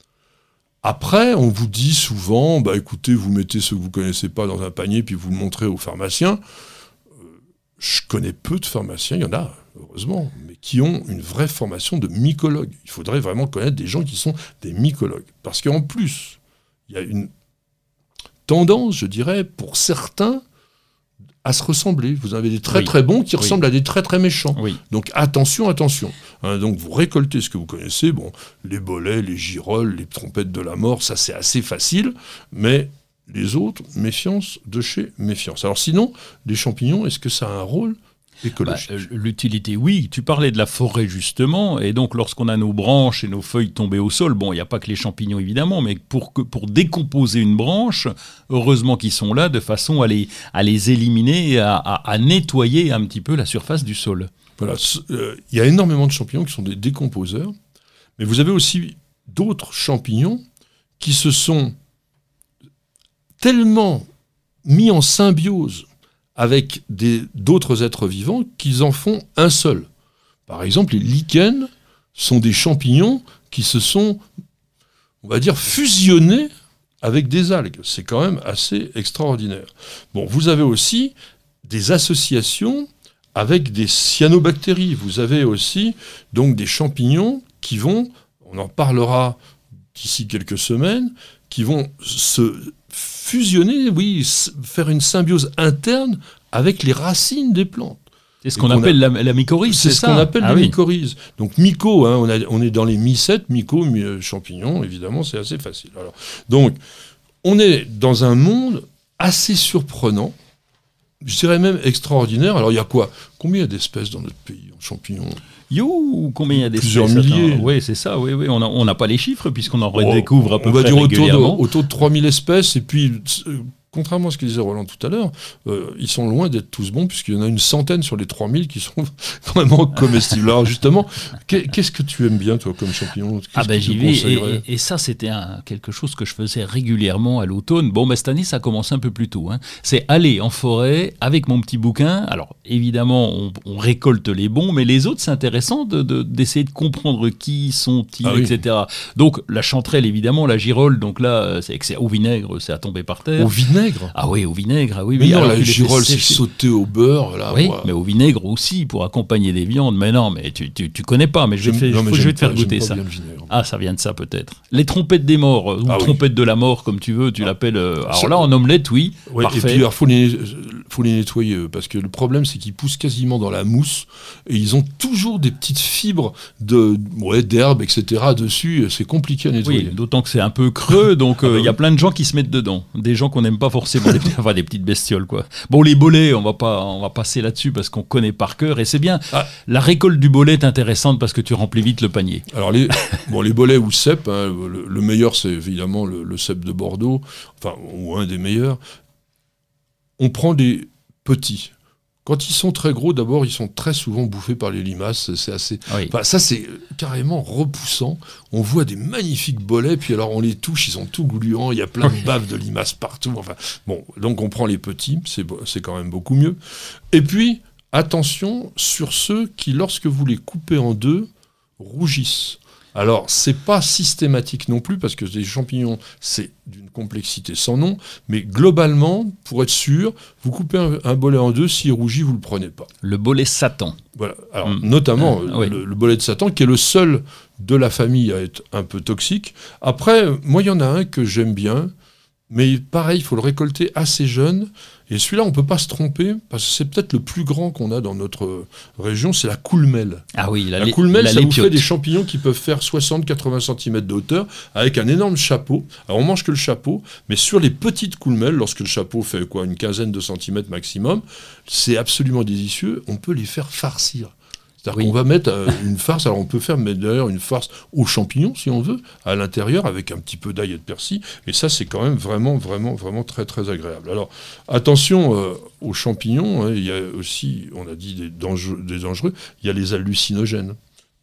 C: Après, on vous dit souvent, écoutez, vous mettez ce que vous ne connaissez pas dans un panier, puis vous le montrez au pharmacien. Je connais peu de pharmaciens, il y en a, heureusement, mais qui ont une vraie formation de mycologue. Il faudrait vraiment connaître des gens qui sont des mycologues. Parce qu'en plus, il y a une tendance, je dirais, pour certains, à se ressembler. Vous avez des très très bons qui ressemblent à des très très méchants. Oui. Donc attention. Donc vous récoltez ce que vous connaissez. Bon, les bolets, les girolles, les trompettes de la mort, ça c'est assez facile, mais les autres, méfiance de chez méfiance. Alors sinon, les champignons, est-ce que ça a un rôle écologique ?
D: L'utilité, oui. Tu parlais de la forêt, justement, et donc lorsqu'on a nos branches et nos feuilles tombées au sol, bon, il n'y a pas que les champignons, évidemment, mais pour décomposer une branche, heureusement qu'ils sont là, de façon à les éliminer, à nettoyer un petit peu la surface du sol.
C: Voilà, il y a énormément de champignons qui sont des décomposeurs, mais vous avez aussi d'autres champignons qui se sont tellement mis en symbiose avec d'autres êtres vivants qu'ils en font un seul. Par exemple, les lichens sont des champignons qui se sont, on va dire, fusionnés avec des algues. C'est quand même assez extraordinaire. Bon, vous avez aussi des associations avec des cyanobactéries. Vous avez aussi donc des champignons qui vont, on en parlera d'ici quelques semaines, qui vont se fusionner, faire une symbiose interne avec les racines des plantes.
D: C'est ce qu'on appelle la mycorhize,
C: c'est ça ? C'est ce qu'on appelle la mycorhize. Donc myco, on est dans les mycètes, myco, champignons, évidemment, c'est assez facile. Alors, donc, on est dans un monde assez surprenant, je dirais même extraordinaire. Alors, il y a quoi ? Combien il y a d'espèces dans notre pays en champignons ?
D: Combien il y a d'espèces ?
C: Plusieurs milliers.
D: Oui, c'est ça, oui. On n'a pas les chiffres, puisqu'on en redécouvre à peu près
C: régulièrement.
D: régulièrement.
C: On va dire autour de 3000 espèces, et puis... Contrairement à ce que disait Roland tout à l'heure, ils sont loin d'être tous bons, puisqu'il y en a une centaine sur les 3000 qui sont vraiment comestibles. Alors justement, qu'est-ce que tu aimes bien, toi, comme champignon ?
D: J'y vais, et ça, c'était quelque chose que je faisais régulièrement à l'automne. Bon, cette année, ça commence un peu plus tôt. C'est aller en forêt avec mon petit bouquin. Alors, évidemment, on récolte les bons, mais les autres, c'est intéressant d'essayer de comprendre qui sont-ils, etc. Donc, la chanterelle, évidemment, la girole, donc là, c'est au vinaigre, c'est à tomber par terre.
C: Au vinaigre ?
D: Ah oui, au vinaigre, ah oui.
C: Mais non, la girole, c'est sauté au beurre, là.
D: Oui, mais au vinaigre aussi, pour accompagner des viandes. Mais non, mais tu connais pas, mais je vais te faire goûter ça. Ça vient de ça, peut-être. Les trompettes des morts, ou trompettes de la mort, comme tu veux, tu l'appelles. Alors là, en omelette, oui, parfait.
C: Et puis, il faut les nettoyer, parce que le problème, c'est qu'ils poussent quasiment dans la mousse, et ils ont toujours des petites fibres d'herbe, etc. dessus, c'est compliqué à nettoyer.
D: Oui, d'autant que c'est un peu creux, donc il y a plein de gens qui se mettent dedans. Des gens qu'on n'aime pas forcément, des petites bestioles, quoi. Bon, les bolets, on va passer là-dessus parce qu'on connaît par cœur, et c'est bien. La récolte du bolet est intéressante parce que tu remplis vite le panier.
C: Alors les bolets ou cèpes, le meilleur c'est évidemment le cèpe de Bordeaux, ou un des meilleurs. On prend des petits. Quand ils sont très gros, d'abord, ils sont très souvent bouffés par les limaces. C'est assez. Ça, c'est carrément repoussant. On voit des magnifiques bolets, puis alors on les touche, ils sont tout gluants. Il y a plein de baves de limaces partout. Donc on prend les petits, c'est quand même beaucoup mieux. Et puis, attention sur ceux qui, lorsque vous les coupez en deux, rougissent. Alors, c'est pas systématique non plus, parce que les champignons, c'est d'une complexité sans nom, mais globalement, pour être sûr, vous coupez un bolet en deux, s'il rougit, vous le prenez pas.
D: Le bolet Satan.
C: Voilà. Alors, notamment, le bolet de Satan, qui est le seul de la famille à être un peu toxique. Après, moi, il y en a un que j'aime bien, mais pareil, il faut le récolter assez jeune. Et celui-là, on ne peut pas se tromper, parce que c'est peut-être le plus grand qu'on a dans notre région, c'est la coulmelle.
D: Ah oui,
C: la coulmelle, ça vous fait des champignons qui peuvent faire 60-80 cm de hauteur, avec un énorme chapeau. Alors on mange que le chapeau, mais sur les petites coulmelles, lorsque le chapeau fait une quinzaine de centimètres maximum, c'est absolument délicieux, on peut les faire farcir. C'est-à-dire qu'on va mettre une farce, alors on peut mettre d'ailleurs une farce aux champignons, si on veut, à l'intérieur, avec un petit peu d'ail et de persil, et ça, c'est quand même vraiment, vraiment, vraiment très, très agréable. Alors, attention aux champignons, il y a aussi, on a dit des dangereux, il y a les hallucinogènes.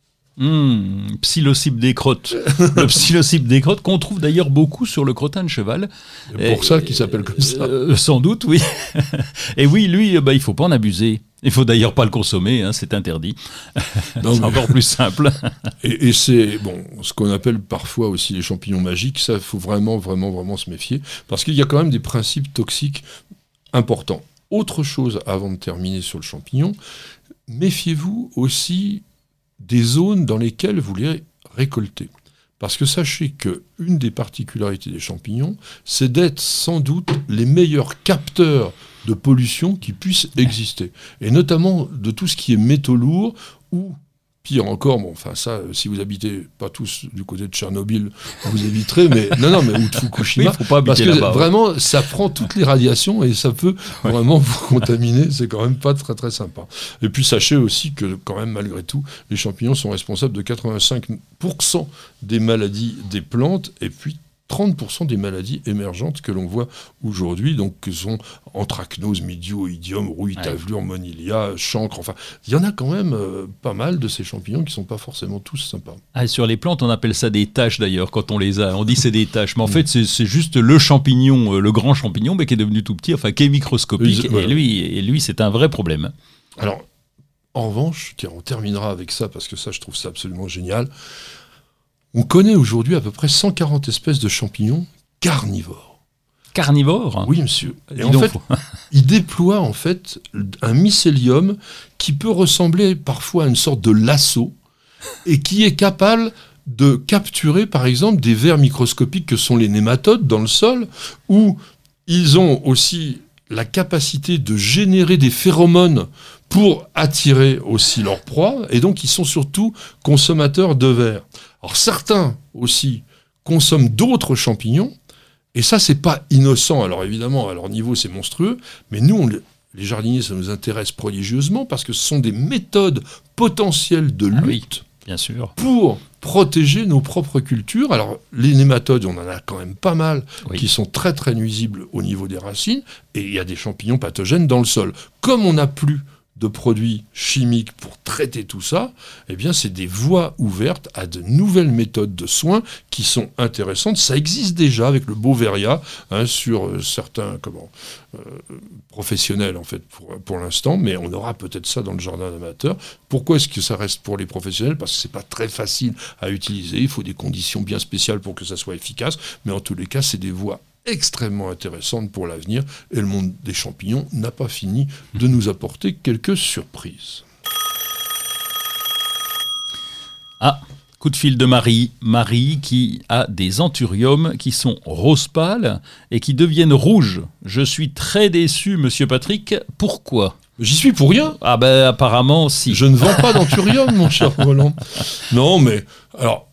D: Psilocybe des crottes. Le psilocybe des crottes, qu'on trouve d'ailleurs beaucoup sur le crottin de cheval.
C: C'est pour ça qu'il s'appelle comme ça.
D: Sans doute, oui. Et oui, lui, il ne faut pas en abuser. Il ne faut d'ailleurs pas le consommer, c'est interdit. C'est encore plus simple.
C: Et c'est ce qu'on appelle parfois aussi les champignons magiques, ça, il faut vraiment, vraiment, vraiment se méfier, parce qu'il y a quand même des principes toxiques importants. Autre chose, avant de terminer sur le champignon, méfiez-vous aussi des zones dans lesquelles vous les récoltez. Parce que sachez qu'une des particularités des champignons, c'est d'être sans doute les meilleurs capteurs de pollution qui puissent exister. Et notamment de tout ce qui est métaux lourds ou Pire encore, bon, enfin ça, si vous habitez pas tous du côté de Tchernobyl, vous éviterez, mais non, mais ou de Fukushima,
D: oui, faut pas habiter
C: parce que
D: là-bas,
C: vraiment, ça prend toutes les radiations et ça peut vraiment vous contaminer. C'est quand même pas très très sympa. Et puis sachez aussi que quand même malgré tout, les champignons sont responsables de 85% des maladies des plantes et puis 30% des maladies émergentes que l'on voit aujourd'hui, donc que sont anthracnose, midioïdium, rouille, tavelure, monilia, chancre, enfin, il y en a quand même pas mal de ces champignons qui ne sont pas forcément tous sympas.
D: Ah, sur les plantes, on appelle ça des taches d'ailleurs, quand on les a, on dit c'est des taches, mais en fait c'est juste le champignon, le grand champignon, mais qui est devenu tout petit, enfin qui est microscopique,
C: voilà.
D: et lui c'est un vrai problème.
C: Alors, en revanche, tiens, on terminera avec ça, parce que ça je trouve ça absolument génial. On connaît aujourd'hui à peu près 140 espèces de champignons carnivores.
D: Carnivores ?
C: Oui, monsieur. Et
D: Dis
C: en
D: donc,
C: fait, ils déploient en fait un mycélium qui peut ressembler parfois à une sorte de lasso et qui est capable de capturer, par exemple, des vers microscopiques que sont les nématodes dans le sol, où ils ont aussi la capacité de générer des phéromones pour attirer aussi leur proie, et donc ils sont surtout consommateurs de vers. Alors certains aussi consomment d'autres champignons, et ça c'est pas innocent. Alors évidemment à leur niveau c'est monstrueux, mais nous les jardiniers ça nous intéresse prodigieusement parce que ce sont des méthodes potentielles de lutte
D: bien sûr,
C: pour protéger nos propres cultures. Alors les nématodes on en a quand même pas mal qui sont très très nuisibles au niveau des racines, et il y a des champignons pathogènes dans le sol. Comme on n'a plus de produits chimiques pour traiter tout ça, eh bien c'est des voies ouvertes à de nouvelles méthodes de soins qui sont intéressantes. Ça existe déjà avec le Beauveria sur certains professionnels en fait pour l'instant, mais on aura peut-être ça dans le jardin amateur. Pourquoi est-ce que ça reste pour les professionnels ? Parce que c'est pas très facile à utiliser, il faut des conditions bien spéciales pour que ça soit efficace, mais en tous les cas c'est des voies extrêmement intéressante pour l'avenir, et le monde des champignons n'a pas fini de nous apporter quelques surprises.
D: Ah, coup de fil de Marie. Marie qui a des anthuriums qui sont rose pâle et qui deviennent rouges. Je suis très déçu, monsieur Patrick. Pourquoi ?
C: J'y suis pour rien.
D: Ah ben apparemment si.
C: Je ne vends pas d'anthurium, mon cher Roland. Non, mais alors,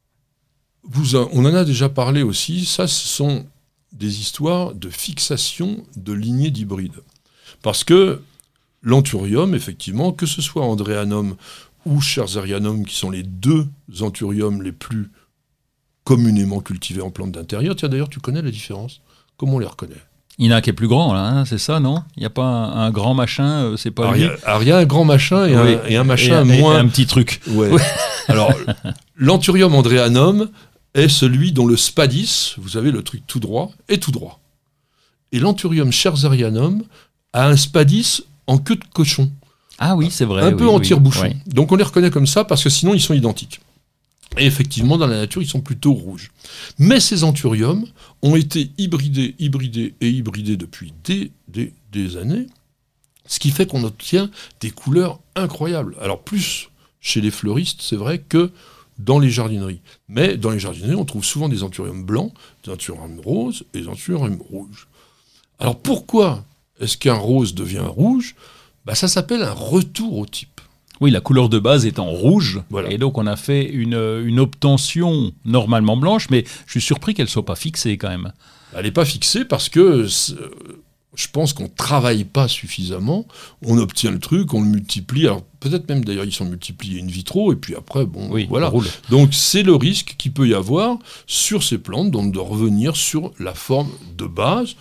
C: on en a déjà parlé aussi. Ça, ce sont des histoires de fixation de lignées d'hybrides. Parce que l'anthurium, effectivement, que ce soit Andreanum ou Scherzerianum, qui sont les deux anthuriums les plus communément cultivés en plantes d'intérieur. Tiens, d'ailleurs, tu connais la différence ? Comment on les reconnaît ?
D: Il y en a un qui est plus grand, là, c'est ça, non ? Il n'y a pas un grand machin, c'est pas lui ?
C: Alors, il y a un grand machin et un machin moins...
D: Et un petit truc.
C: Ouais. Alors, l'anthurium Andreanum est celui dont le spadis, vous savez, le truc tout droit, est tout droit. Et l'anthurium Scherzerianum a un spadis en queue de cochon.
D: Ah oui, c'est vrai.
C: Un peu en tire-bouchon.
D: Oui.
C: Donc on les reconnaît comme ça parce que sinon ils sont identiques. Et effectivement, dans la nature, ils sont plutôt rouges. Mais ces anthuriums ont été hybridés depuis des années, ce qui fait qu'on obtient des couleurs incroyables. Alors plus chez les fleuristes, c'est vrai, que dans les jardineries. Mais dans les jardineries, on trouve souvent des anthuriums blancs, des anthuriums roses et des anthuriums rouges. Alors pourquoi est-ce qu'un rose devient rouge ? Ça s'appelle un retour au type.
D: Oui, la couleur de base est en rouge,
C: voilà.
D: Et donc on a fait une obtention normalement blanche, mais je suis surpris qu'elle ne soit pas fixée quand même.
C: Elle n'est pas fixée parce que je pense qu'on ne travaille pas suffisamment, on obtient le truc, on le multiplie, alors peut-être même d'ailleurs ils sont multipliés in vitro, et puis après, voilà. Donc c'est le risque qu'il peut y avoir sur ces plantes, donc de revenir sur la forme de base.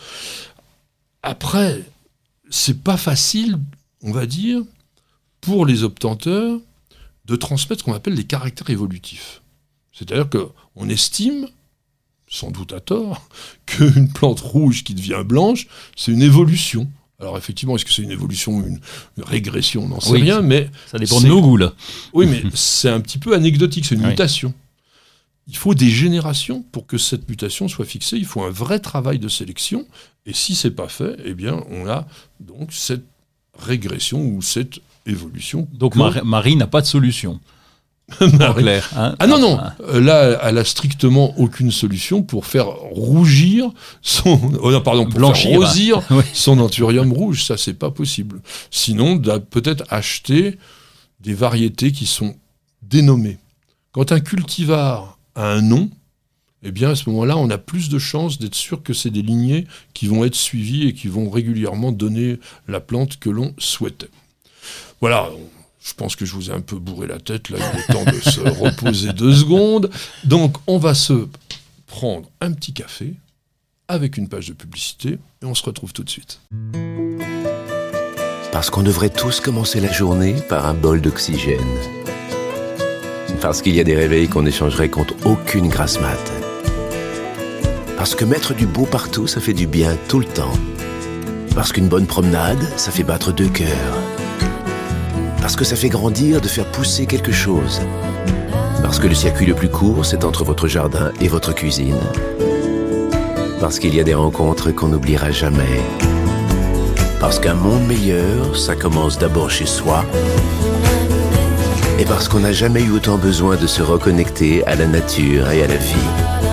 C: Après, c'est pas facile, on va dire, pour les obtenteurs, de transmettre ce qu'on appelle les caractères évolutifs. C'est-à-dire qu'on estime, sans doute à tort, qu'une plante rouge qui devient blanche, c'est une évolution. Alors effectivement, est-ce que c'est une évolution ou une régression ? On n'en sait rien, mais...
D: Ça dépend de nos goûts, là.
C: Oui, mais c'est un petit peu anecdotique, c'est une mutation. Il faut des générations pour que cette mutation soit fixée, il faut un vrai travail de sélection, et si c'est pas fait, eh bien, on a donc cette régression ou cette évolution.
D: Donc Marie n'a pas de solution. En clair, hein.
C: Ah non, là, elle a strictement aucune solution pour faire rougir faire rosir son anthurium rouge. Ça, c'est pas possible. Sinon, peut-être acheter des variétés qui sont dénommer. Quand un cultivar a un nom, eh bien, à ce moment-là, on a plus de chances d'être sûr que c'est des lignées qui vont être suivies et qui vont régulièrement donner la plante que l'on souhaitait. Voilà, je pense que je vous ai un peu bourré la tête, là, il est temps de se reposer 2 secondes. Donc, on va se prendre un petit café avec une page de publicité et on se retrouve tout de suite.
F: Parce qu'on devrait tous commencer la journée par un bol d'oxygène. Parce qu'il y a des réveils qu'on échangerait contre aucune grasse mat. Parce que mettre du beau partout, ça fait du bien tout le temps. Parce qu'une bonne promenade, ça fait battre 2 cœurs. Parce que ça fait grandir de faire pousser quelque chose. Parce que le circuit le plus court, c'est entre votre jardin et votre cuisine. Parce qu'il y a des rencontres qu'on n'oubliera jamais. Parce qu'un monde meilleur, ça commence d'abord chez soi. Et parce qu'on n'a jamais eu autant besoin de se reconnecter à la nature et à la vie.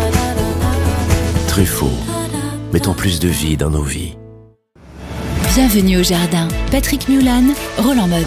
F: Truffaut, mettons plus de vie dans nos vies.
B: Bienvenue au jardin. Patrick Mulan, Roland Motte.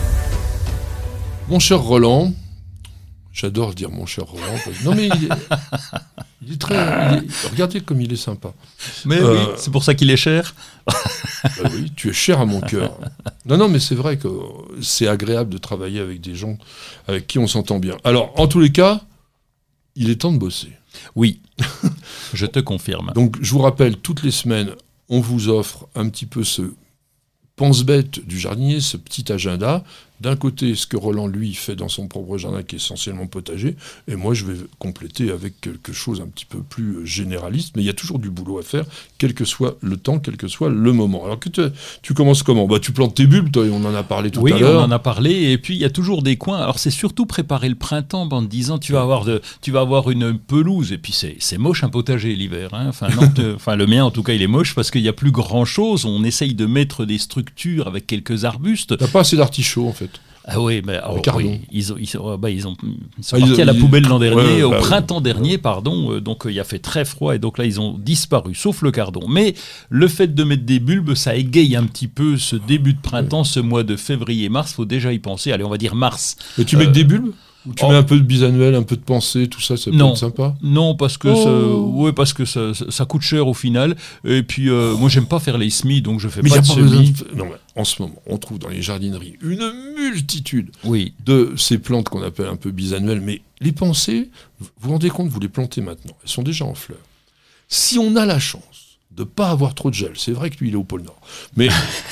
C: Mon cher Roland, j'adore dire mon cher Roland. Non mais il est très... regardez comme il est sympa.
D: Mais oui, c'est pour ça qu'il est cher.
C: Oui, tu es cher à mon cœur. Non, mais c'est vrai que c'est agréable de travailler avec des gens avec qui on s'entend bien. Alors, en tous les cas, il est temps de bosser.
D: Oui, je te confirme.
C: Donc, je vous rappelle, toutes les semaines, on vous offre un petit peu ce pense-bête du jardinier, ce petit agenda. D'un côté, ce que Roland, lui, fait dans son propre jardin, qui est essentiellement potager, et moi, je vais compléter avec quelque chose un petit peu plus généraliste, mais il y a toujours du boulot à faire, quel que soit le temps, quel que soit le moment. Alors que tu commences comment ? Tu plantes tes bulbes, toi, et on en a parlé tout à l'heure.
D: Oui, on en a parlé, et puis il y a toujours des coins. Alors c'est surtout préparer le printemps, en te disant tu vas avoir une pelouse, et puis c'est moche un potager l'hiver. Hein. Enfin, le mien, en tout cas, il est moche, parce qu'il n'y a plus grand-chose. On essaye de mettre des structures avec quelques arbustes.
C: T'as pas assez d'artichauts, en fait.
D: Ah oui, mais oui, ils sont
C: Ah,
D: partis à la poubelle l'an dernier,
C: ouais,
D: au printemps dernier, pardon. Donc il a fait très froid et donc là ils ont disparu, sauf le cardon. Mais le fait de mettre des bulbes, ça égaye un petit peu ce début de printemps, ce mois de février-mars. Faut déjà y penser. Allez, on va dire mars.
C: Et tu mets que des bulbes ? Ou tu mets un peu de bisannuel, un peu de pensée, tout ça, ça peut être sympa.
D: Non, parce que ça coûte cher au final. Et puis moi j'aime pas faire les semis, donc je fais pas de semis.
C: Non, mais en ce moment, on trouve dans les jardineries une multitude de ces plantes qu'on appelle un peu bisannuelles. Mais les pensées, vous vous rendez compte, vous les plantez maintenant, elles sont déjà en fleurs. Si on a la chance de ne pas avoir trop de gel, c'est vrai que lui il est au pôle Nord, mais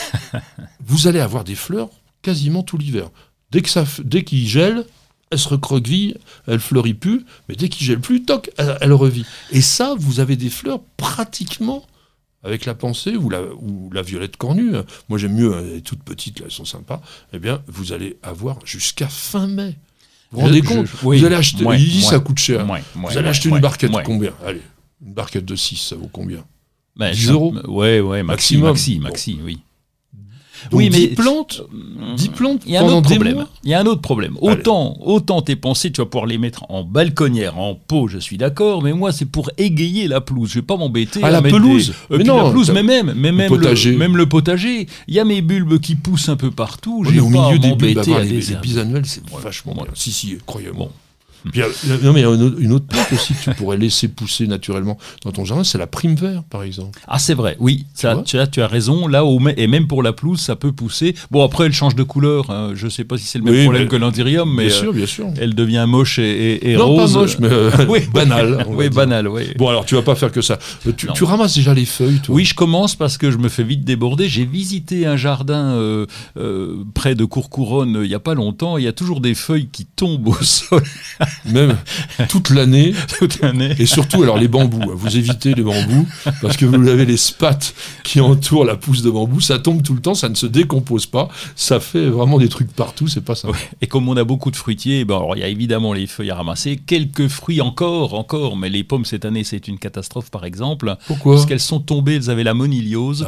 C: vous allez avoir des fleurs quasiment tout l'hiver. Dès qu'il gèle, elle se recroqueville, elle fleurit plus, mais dès qu'il gèle plus, toc, elle revit. Et ça, vous avez des fleurs pratiquement avec la pensée ou la violette cornue. Moi, j'aime mieux les toutes petites, là, elles sont sympas. Eh bien, vous allez avoir jusqu'à fin mai. Vous vous rendez compte ? Vous allez acheter, ça coûte cher. Vous allez acheter une barquette, combien ? Allez, une barquette de 6, ça vaut combien ? 10 euros ?
D: Maximum. Maxi, oui.
C: Donc
D: oui,
C: 10 plantes
D: il y a un autre problème. Il y a un autre problème. Autant tes pensées, tu vas pouvoir les mettre en balconnière, en pot, je suis d'accord, mais moi c'est pour égayer la pelouse. Je vais pas m'embêter
C: à la pelouse.
D: Mais non, la pelouse, mais même le potager. Il y a mes bulbes qui poussent un peu partout.
C: J'ai
D: pas
C: au milieu des bulbes,
D: à
C: les bisannuelles, c'est vachement bien. Si, croyez-moi. Puis, non, mais il y a une autre plante aussi que tu pourrais laisser pousser naturellement dans ton jardin, c'est la prime vert, par exemple.
D: Ah, c'est vrai, oui, tu as raison. Là, et même pour la pelouse, ça peut pousser. Bon, après, elle change de couleur. Hein. Je ne sais pas si c'est le même problème que l'anthurium, mais
C: bien sûr.
D: Elle devient moche et
C: non,
D: rose.
C: Non, pas moche, mais banale.
D: Oui, banale, oui.
C: Bon, alors, tu ne vas pas faire que ça. Tu ramasses déjà les feuilles, toi ?
D: Oui, je commence parce que je me fais vite déborder. J'ai visité un jardin près de Courcouronnes il n'y a pas longtemps. Il y a toujours des feuilles qui tombent au sol.
C: Même toute l'année. Et surtout, alors les bambous. Vous évitez les bambous parce que vous avez les spats qui entourent la pousse de bambou. Ça tombe tout le temps, ça ne se décompose pas. Ça fait vraiment des trucs partout, c'est pas ça.
D: Ouais. Et comme on a beaucoup de fruitiers, alors il y a évidemment les feuilles à ramasser. Quelques fruits encore. Mais les pommes cette année, c'est une catastrophe par exemple.
C: Pourquoi ?
D: Parce qu'elles sont tombées, elles avaient la moniliose.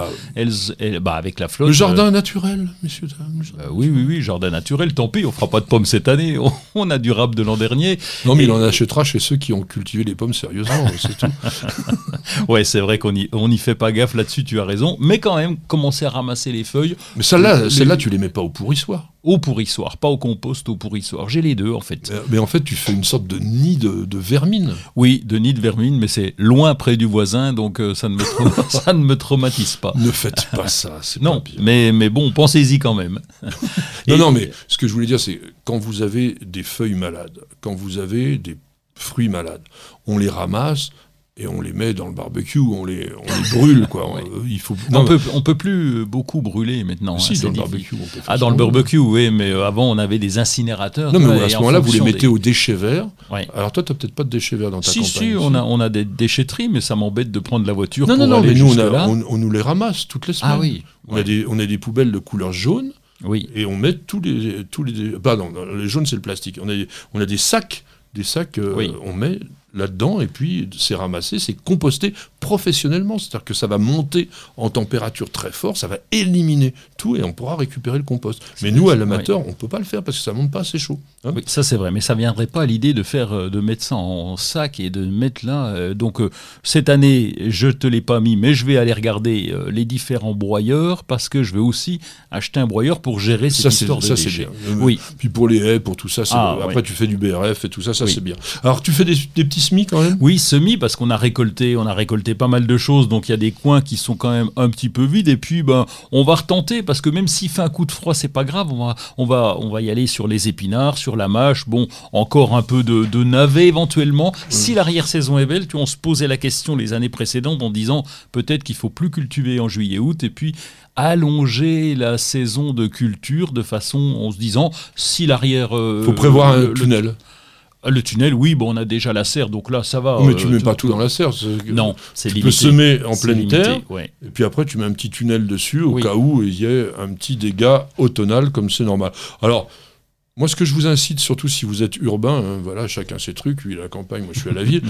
D: Avec la flotte.
C: Le jardin naturel, messieurs, dames.
D: Oui, jardin naturel. Tant pis, on fera pas de pommes cette année. On a du rap de l'an dernier.
C: Non, mais il en achètera chez ceux qui ont cultivé les pommes sérieusement, c'est tout.
D: Ouais, c'est vrai qu'on n'y fait pas gaffe là-dessus, tu as raison. Mais quand même, commencer à ramasser les feuilles.
C: Mais celles-là, tu les mets pas au pourrissoir.
D: au pourrissoir, pas au compost, au pourrissoir. J'ai les deux en fait.
C: Mais en fait, tu fais une sorte de nid de vermine.
D: Oui, de nid de vermine, mais c'est loin près du voisin, donc ça ne me traumatise pas.
C: Ne faites pas ça, c'est
D: non,
C: pas bien.
D: mais bon, pensez-y quand même.
C: Non, mais ce que je voulais dire, c'est quand vous avez des feuilles malades, quand vous avez des fruits malades, on les ramasse et on les met dans le barbecue, on les brûle, quoi.
D: Oui.
C: Il faut.
D: On peut plus beaucoup brûler maintenant.
C: Si, dans le
D: difficile.
C: barbecue, on peut faire
D: dans
C: ça.
D: le barbecue, oui, mais avant on avait des incinérateurs.
C: Non, mais à
D: et
C: ce
D: en
C: moment-là, vous les
D: fonction
C: mettez au déchet vert.
D: Ouais.
C: Alors toi, t'as peut-être pas de déchets verts dans ta campagne.
D: Si, on a des déchetteries, mais ça m'embête de prendre la voiture
C: Non,
D: pour aller
C: mais nous,
D: jusque-là.
C: on nous les ramasse toutes les semaines.
D: Ah oui.
C: On a des poubelles de couleur jaune.
D: Oui.
C: Et on met tous les pardon, les jaunes c'est le plastique. On a des sacs, on met là-dedans et puis c'est ramassé, c'est composté professionnellement, c'est-à-dire que ça va monter en température très fort, ça va éliminer tout et on pourra récupérer le compost. Mais nous à l'amateur, on peut pas le faire parce que ça monte pas assez chaud. Hein.
D: Oui, ça c'est vrai, mais ça viendrait pas à l'idée de mettre ça en sac et de mettre là. Donc cette année, je te l'ai pas mis, mais je vais aller regarder les différents broyeurs parce que je vais aussi acheter un broyeur pour gérer cette histoire de déchets.
C: C'est bien.
D: Oui.
C: Puis pour les haies, pour tout ça, après tu fais du BRF et tout ça, c'est bien. Alors tu fais des petits semis quand même ?
D: Oui, semis parce qu'on a récolté pas mal de choses, donc il y a des coins qui sont quand même un petit peu vides et puis on va retenter parce que même s'il fait un coup de froid, c'est pas grave, on va y aller sur les épinards, sur la mâche, bon, encore un peu de navet éventuellement. Si l'arrière-saison est belle, on se posait la question les années précédentes en disant peut-être qu'il faut plus cultiver en juillet-août et puis allonger la saison de culture de façon en se disant si l'arrière...
C: faut prévoir un tunnel.
D: Le tunnel, oui, on a déjà la serre, donc là, ça va.
C: Mais tu mets pas tout dans la serre.
D: Non, c'est limité.
C: Tu peux semer en pleine terre,
D: ouais.
C: Et puis après, tu mets un petit tunnel dessus, au cas où il y ait un petit dégât automnal, comme c'est normal. Alors, moi, ce que je vous incite, surtout si vous êtes urbain, voilà, chacun ses trucs, lui, à la campagne, moi, je suis à la ville,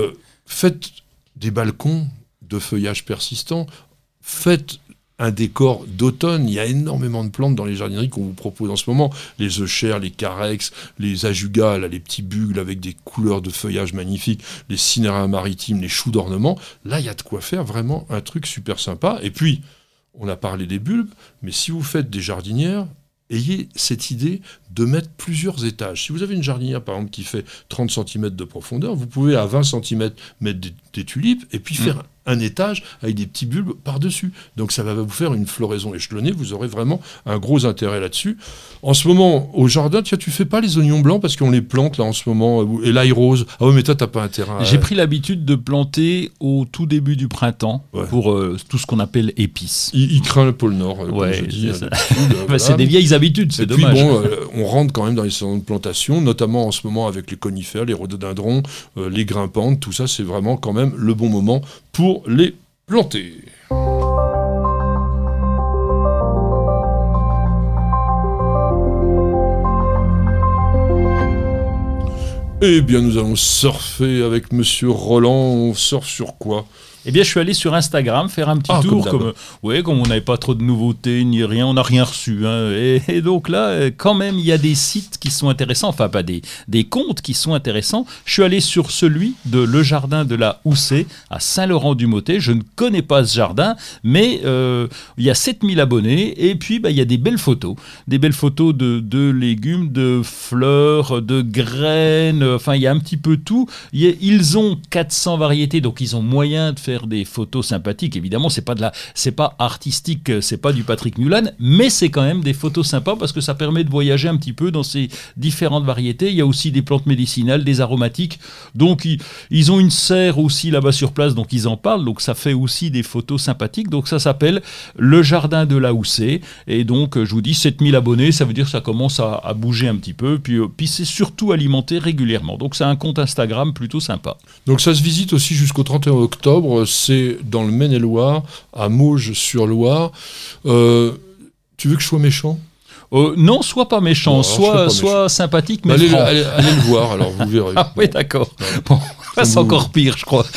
C: faites des balcons de feuillage persistant, faites un décor d'automne. Il y a énormément de plantes dans les jardineries qu'on vous propose en ce moment. Les euchères, les carex, les ajugas, là, les petits bugles avec des couleurs de feuillage magnifiques, les cinérins maritimes, les choux d'ornement. Là, il y a de quoi faire vraiment un truc super sympa. Et puis, on a parlé des bulbes, mais si vous faites des jardinières, ayez cette idée de mettre plusieurs étages. Si vous avez une jardinière, par exemple, qui fait 30 cm de profondeur, vous pouvez à 20 cm mettre des tulipes et puis faire un étage avec des petits bulbes par-dessus. Donc ça va vous faire une floraison échelonnée, vous aurez vraiment un gros intérêt là-dessus. En ce moment, au jardin, tiens, tu fais pas les oignons blancs parce qu'on les plante là en ce moment, et l'ail rose. Ah oui, mais toi, t'as pas un terrain.
D: J'ai pris l'habitude de planter au tout début du printemps pour tout ce qu'on appelle épices.
C: Il craint le pôle Nord, comme je dis.
D: C'est des vieilles habitudes, c'est dommage.
C: Puis bon, on rentre quand même dans les saisons de plantation, notamment en ce moment avec les conifères, les rhododendrons, les grimpantes, tout ça, c'est vraiment quand même le bon moment pour les planter. Eh bien, nous allons surfer avec Monsieur Roland. On surfe sur quoi ?
D: Eh bien, je suis allé sur Instagram faire un petit tour, comme on n'avait pas trop de nouveautés ni rien, on n'a rien reçu. Hein, et donc là, quand même, il y a des sites qui sont intéressants, enfin pas des comptes qui sont intéressants. Je suis allé sur celui de Le Jardin de la Houssée à Saint-Laurent-du-Mottet. Je ne connais pas ce jardin, mais il y a 7000 abonnés et puis il y a des belles photos de légumes, de fleurs, de graines. Enfin, il y a un petit peu tout. Ils ont 400 variétés, donc ils ont moyen de faire des photos sympathiques. Évidemment, c'est pas artistique, c'est pas du Patrick Mulan, mais c'est quand même des photos sympas parce que ça permet de voyager un petit peu dans ces différentes variétés. Il y a aussi des plantes médicinales, des aromatiques. Donc, ils ont une serre aussi là-bas sur place, donc ils en parlent. Donc, ça fait aussi des photos sympathiques. Donc, ça s'appelle Le Jardin de la Houssée. Et donc, je vous dis, 7000 abonnés, ça veut dire que ça commence à bouger un petit peu. Puis c'est surtout alimenté régulièrement. Donc, c'est un compte Instagram plutôt sympa.
C: Donc, ça se visite aussi jusqu'au 31 octobre. C'est dans le Maine-et-Loire, à Mauges-sur-Loire. Tu veux que je sois méchant ?
D: Non, sois pas méchant, sois sympathique, mais
C: allez le voir, alors vous verrez.
D: Ah oui, d'accord. Bon, c'est encore pire, je crois.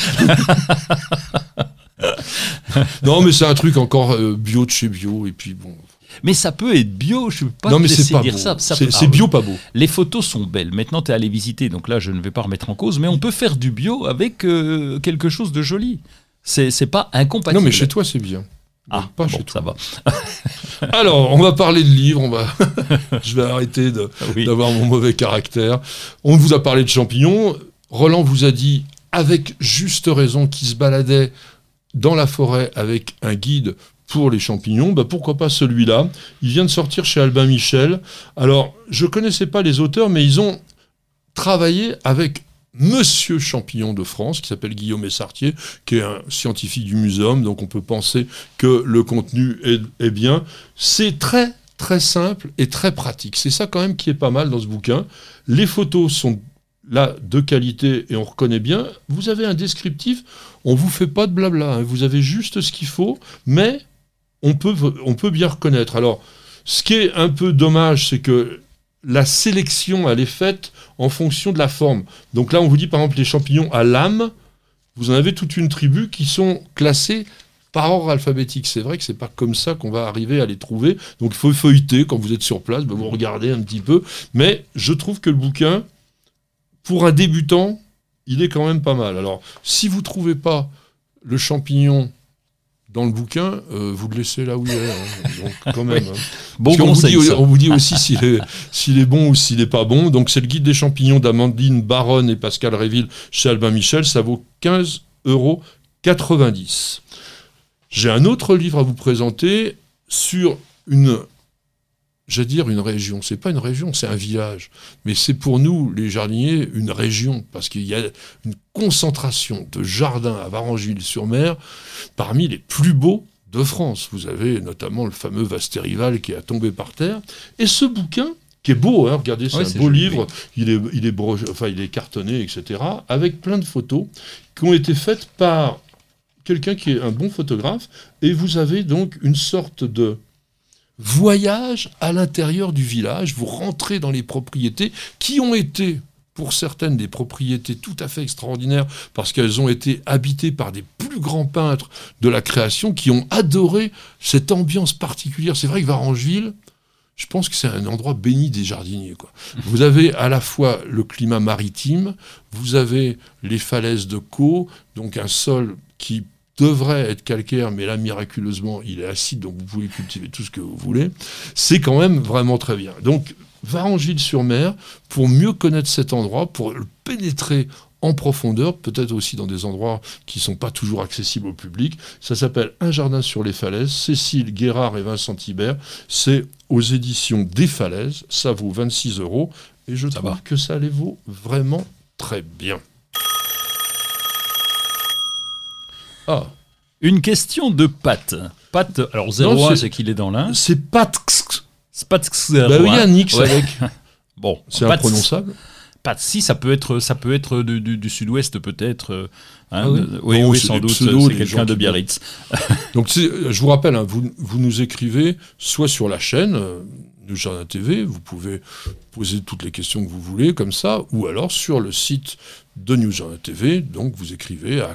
C: Non, mais c'est un truc encore bio de chez bio, et puis bon...
D: Mais ça peut être bio, je ne peux pas
C: non, mais c'est pas
D: dire
C: beau.
D: ça.
C: C'est bio, pas beau.
D: Les photos sont belles. Maintenant, tu es allé visiter, donc là, je ne vais pas remettre en cause, mais on peut faire du bio avec quelque chose de joli. C'est pas incompatible.
C: Non, mais chez toi, c'est bien.
D: Ah,
C: pas
D: bon,
C: chez toi.
D: Ça va.
C: Alors, on va parler de livres, je vais arrêter d'avoir mon mauvais caractère. On vous a parlé de champignons. Roland vous a dit, avec juste raison, qu'il se baladait dans la forêt avec un guide pour les champignons. Pourquoi pas celui-là? Il vient de sortir chez Albin Michel. Alors, je ne connaissais pas les auteurs, mais ils ont travaillé avec Monsieur Champignon de France, qui s'appelle Guillaume Essartier, qui est un scientifique du muséum, donc on peut penser que le contenu est bien. C'est très, très simple et très pratique. C'est ça quand même qui est pas mal dans ce bouquin. Les photos sont là de qualité et on reconnaît bien. Vous avez un descriptif, on ne vous fait pas de blabla, hein. Vous avez juste ce qu'il faut, mais on peut bien reconnaître. Alors, ce qui est un peu dommage, c'est que la sélection, elle est faite en fonction de la forme. Donc là, on vous dit, par exemple, les champignons à lame, vous en avez toute une tribu qui sont classés par ordre alphabétique. C'est vrai que c'est pas comme ça qu'on va arriver à les trouver. Donc il faut feuilleter quand vous êtes sur place, vous regardez un petit peu. Mais je trouve que le bouquin, pour un débutant, il est quand même pas mal. Alors, si vous trouvez pas le champignon dans le bouquin, vous le laissez là où il est. Hein. Donc, quand même.
D: Oui. Bon conseil,
C: on vous dit aussi s'il est bon ou s'il n'est pas bon. Donc, c'est le guide des champignons d'Amandine Baronne et Pascal Réville chez Albin Michel. Ça vaut 15,90 €. J'ai un autre livre à vous présenter sur une région. C'est pas une région, c'est un village. Mais c'est pour nous, les jardiniers, une région. Parce qu'il y a une concentration de jardins à Varengeville-sur-Mer parmi les plus beaux de France. Vous avez notamment le fameux Vastérival qui a tombé par terre. Et ce bouquin, qui est beau, hein, regardez, c'est un beau livre, il est cartonné, etc., avec plein de photos qui ont été faites par quelqu'un qui est un bon photographe. Et vous avez donc une sorte de voyage à l'intérieur du village, vous rentrez dans les propriétés qui ont été, pour certaines, des propriétés tout à fait extraordinaires parce qu'elles ont été habitées par des plus grands peintres de la création qui ont adoré cette ambiance particulière. C'est vrai que Varengeville, je pense que c'est un endroit béni des jardiniers, quoi. Vous avez à la fois le climat maritime, vous avez les falaises de Caux, donc un sol qui devrait être calcaire, mais là, miraculeusement, il est acide, donc vous pouvez cultiver tout ce que vous voulez. C'est quand même vraiment très bien. Donc, Varengeville-sur-Mer, pour mieux connaître cet endroit, pour le pénétrer en profondeur, peut-être aussi dans des endroits qui ne sont pas toujours accessibles au public. Ça s'appelle Un jardin sur les falaises, Cécile Guérard et Vincent Thibert. C'est aux éditions des Falaises, ça vaut 26 €, et je trouve que ça les vaut vraiment très bien. Ah.
D: Une question de Pat. Pat, alors 01, c'est qu'il est dans l'un.
C: C'est Pat.
D: Pat.
C: Oui, il y a un X avec.
D: Bon,
C: c'est imprononçable.
D: Pat, si, ça peut être du sud-ouest, peut-être. Hein,
C: oui,
D: oui, sans doute, c'est quelqu'un de Biarritz.
C: Donc, je vous rappelle, hein, vous nous écrivez soit sur la chaîne News Jardin TV, vous pouvez poser toutes les questions que vous voulez, comme ça, ou alors sur le site de News Jardin TV, donc vous écrivez à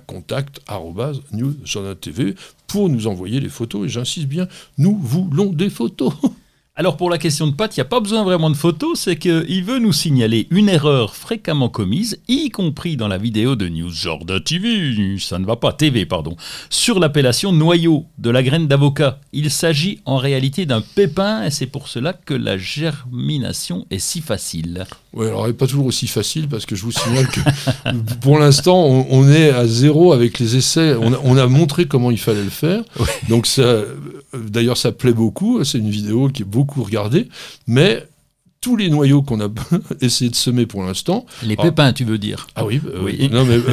C: contact@newsjardin.tv pour nous envoyer les photos, et j'insiste bien, nous voulons des photos.
D: Alors pour la question de Pat, il n'y a pas besoin vraiment de photos, c'est qu'il veut nous signaler une erreur fréquemment commise, y compris dans la vidéo de News Jardin TV, ça ne va pas, TV pardon, sur l'appellation noyau de la graine d'avocat. Il s'agit en réalité d'un pépin et c'est pour cela que la germination est si facile.
C: Oui, alors elle n'est pas toujours aussi facile parce que je vous signale que pour l'instant on est à 0 avec les essais, on a montré comment il fallait le faire, oui. Donc ça, d'ailleurs ça plaît beaucoup, c'est une vidéo qui est beaucoup regardée, mais tous les noyaux qu'on a essayé de semer pour l'instant...
D: Les pépins, tu veux dire?
C: Ah oui, oui. Non, mais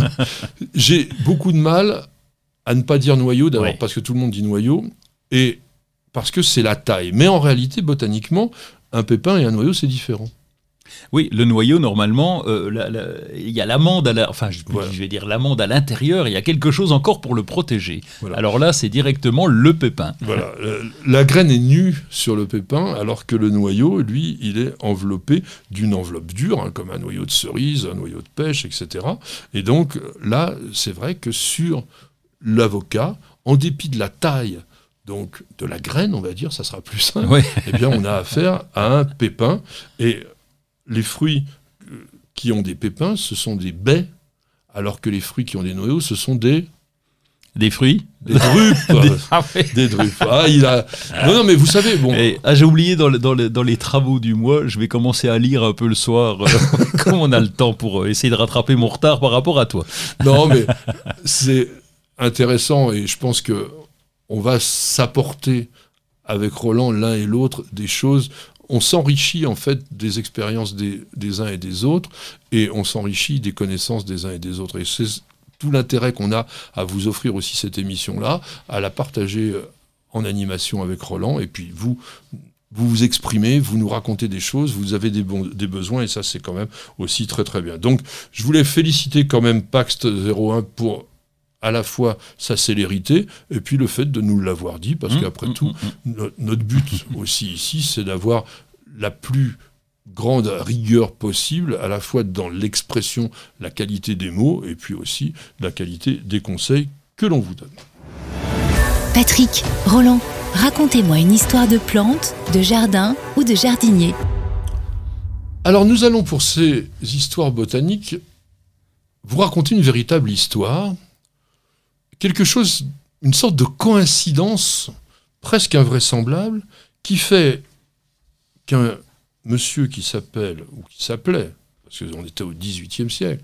C: j'ai beaucoup de mal à ne pas dire noyau, d'abord parce que tout le monde dit noyau, et parce que c'est la taille. Mais en réalité, botaniquement, un pépin et un noyau, c'est différent.
D: Oui, le noyau, normalement, il y a l'amande je vais dire l'amande à l'intérieur, il y a quelque chose encore pour le protéger. Voilà. Alors là, c'est directement le pépin. Voilà,
C: la graine est nue sur le pépin, alors que le noyau, lui, il est enveloppé d'une enveloppe dure, hein, comme un noyau de cerise, un noyau de pêche, etc. Et donc là, c'est vrai que sur l'avocat, en dépit de la taille, donc de la graine, on va dire, ça sera plus simple, ouais. Eh bien, on a affaire à un pépin, et les fruits qui ont des pépins, ce sont des baies, alors que les fruits qui ont des noyaux, ce sont des
D: Des fruits.
C: Des drupes.
D: Ah ouais.
C: Des drupes. Ah, il a... Non, mais vous savez, bon...
D: J'ai oublié dans les travaux du mois, je vais commencer à lire un peu le soir, comme on a le temps pour essayer de rattraper mon retard par rapport à toi.
C: Non, mais c'est intéressant et je pense qu'on va s'apporter avec Roland, l'un et l'autre, des choses... On s'enrichit en fait des expériences des uns et des autres, et on s'enrichit des connaissances des uns et des autres. Et c'est tout l'intérêt qu'on a à vous offrir aussi cette émission-là, à la partager en animation avec Roland, et puis vous vous exprimez, vous nous racontez des choses, vous avez des besoins, et ça c'est quand même aussi très très bien. Donc je voulais féliciter quand même Paxt 01 pour à la fois sa célérité et puis le fait de nous l'avoir dit, parce qu'après tout, notre but aussi ici, c'est d'avoir la plus grande rigueur possible, à la fois dans l'expression, la qualité des mots, et puis aussi la qualité des conseils que l'on vous donne.
B: Patrick, Roland, racontez-moi une histoire de plante, de jardin ou de jardinier.
C: Alors nous allons pour ces histoires botaniques vous raconter une véritable histoire, quelque chose, une sorte de coïncidence presque invraisemblable qui fait qu'un monsieur qui s'appelle, ou qui s'appelait, parce qu'on était au XVIIIe siècle,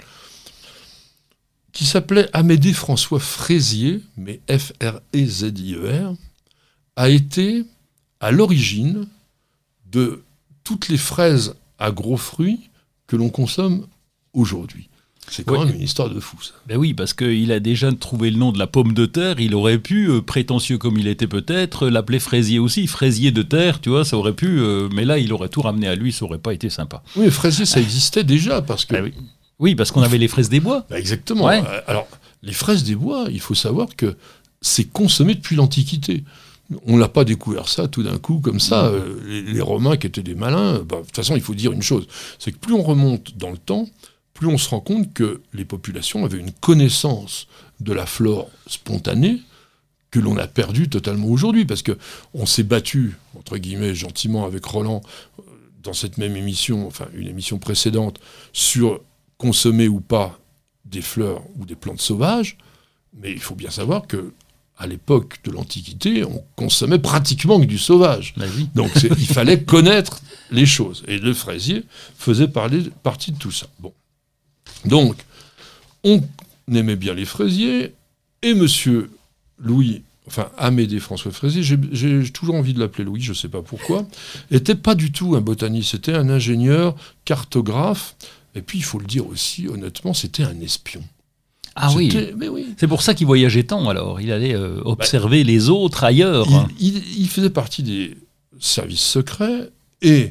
C: qui s'appelait Amédée François Fraisier, mais F-R-E-Z-I-E-R, a été à l'origine de toutes les fraises à gros fruits que l'on consomme aujourd'hui. C'est quand même une histoire de fou, ça.
D: Ben oui, parce qu'il a déjà trouvé le nom de la pomme de terre, il aurait pu, prétentieux comme il était peut-être, l'appeler fraisier aussi. Fraisier de terre, tu vois, ça aurait pu, mais là, il aurait tout ramené à lui, ça aurait pas été sympa.
C: Oui, fraisier, ça existait déjà, parce que...
D: Ben oui, parce qu'on avait les fraises des bois.
C: Ben exactement.
D: Ouais.
C: Alors, les fraises des bois, il faut savoir que c'est consommé depuis l'Antiquité. On n'a pas découvert ça tout d'un coup, comme ça. Les Romains, qui étaient des malins, de toute façon, il faut dire une chose, c'est que plus on remonte dans le temps, plus on se rend compte que les populations avaient une connaissance de la flore spontanée que l'on a perdue totalement aujourd'hui, parce qu'on s'est battu, entre guillemets, gentiment avec Roland, dans cette même émission, enfin une émission précédente, sur consommer ou pas des fleurs ou des plantes sauvages, mais il faut bien savoir que à l'époque de l'Antiquité, on consommait pratiquement que du sauvage.
D: Ben oui.
C: Donc il fallait connaître les choses, et le fraisier faisait partie de tout ça. Bon. Donc, on aimait bien les fraisiers, et monsieur Louis, enfin Amédée François Fraisier, j'ai toujours envie de l'appeler Louis, je ne sais pas pourquoi, n'était pas du tout un botaniste, c'était un ingénieur, cartographe, et puis il faut le dire aussi, honnêtement, c'était un espion.
D: Ah oui.
C: Mais oui.
D: C'est pour ça qu'il voyageait tant alors, il allait observer les autres ailleurs.
C: Il faisait partie des services secrets, et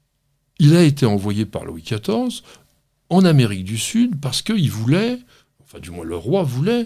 C: il a été envoyé par Louis XIV en Amérique du Sud, parce qu'il voulait, enfin du moins le roi voulait,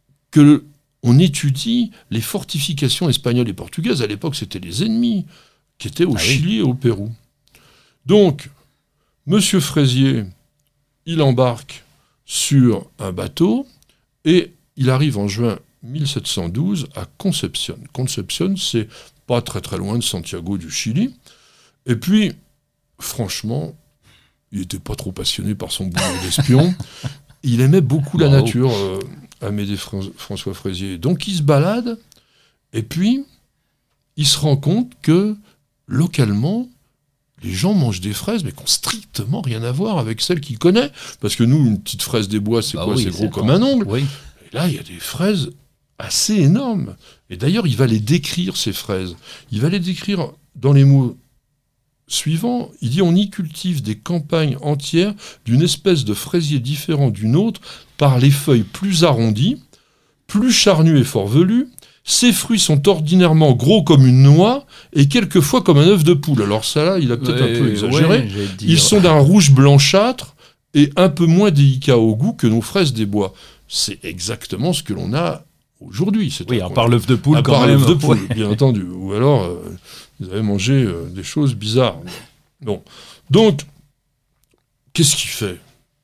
C: qu'on étudie les fortifications espagnoles et portugaises. À l'époque, c'était les ennemis qui étaient au Chili et au Pérou. Donc, monsieur Fraisier, il embarque sur un bateau, et il arrive en juin 1712 à Concepción. Concepción, c'est pas très très loin de Santiago du Chili. Et puis, franchement, il n'était pas trop passionné par son boulot d'espion. Il aimait beaucoup la nature, Amédée François Fraisier. Donc il se balade, et puis il se rend compte que, localement, les gens mangent des fraises, mais qui n'ont strictement rien à voir avec celles qu'il connaît. Parce que nous, une petite fraise des bois, c'est quoi ? C'est gros comme un ongle. Oui. Et là, il y a des fraises assez énormes. Et d'ailleurs, il va les décrire, ces fraises. Il va les décrire dans les mots suivant, il dit: on y cultive des campagnes entières d'une espèce de fraisier différent d'une autre par les feuilles plus arrondies, plus charnues et fort velues. Ces fruits sont ordinairement gros comme une noix et quelquefois comme un œuf de poule. Alors ça là, il a peut-être un peu exagéré. Ils sont d'un rouge blanchâtre et un peu moins délicat au goût que nos fraises des bois. C'est exactement ce que l'on a aujourd'hui.
D: Oui, à part l'œuf de poule quand même.
C: À part l'œuf de poule, bien entendu. Ou alors... Ils avaient mangé des choses bizarres. Bon. Donc, qu'est-ce qu'il fait ?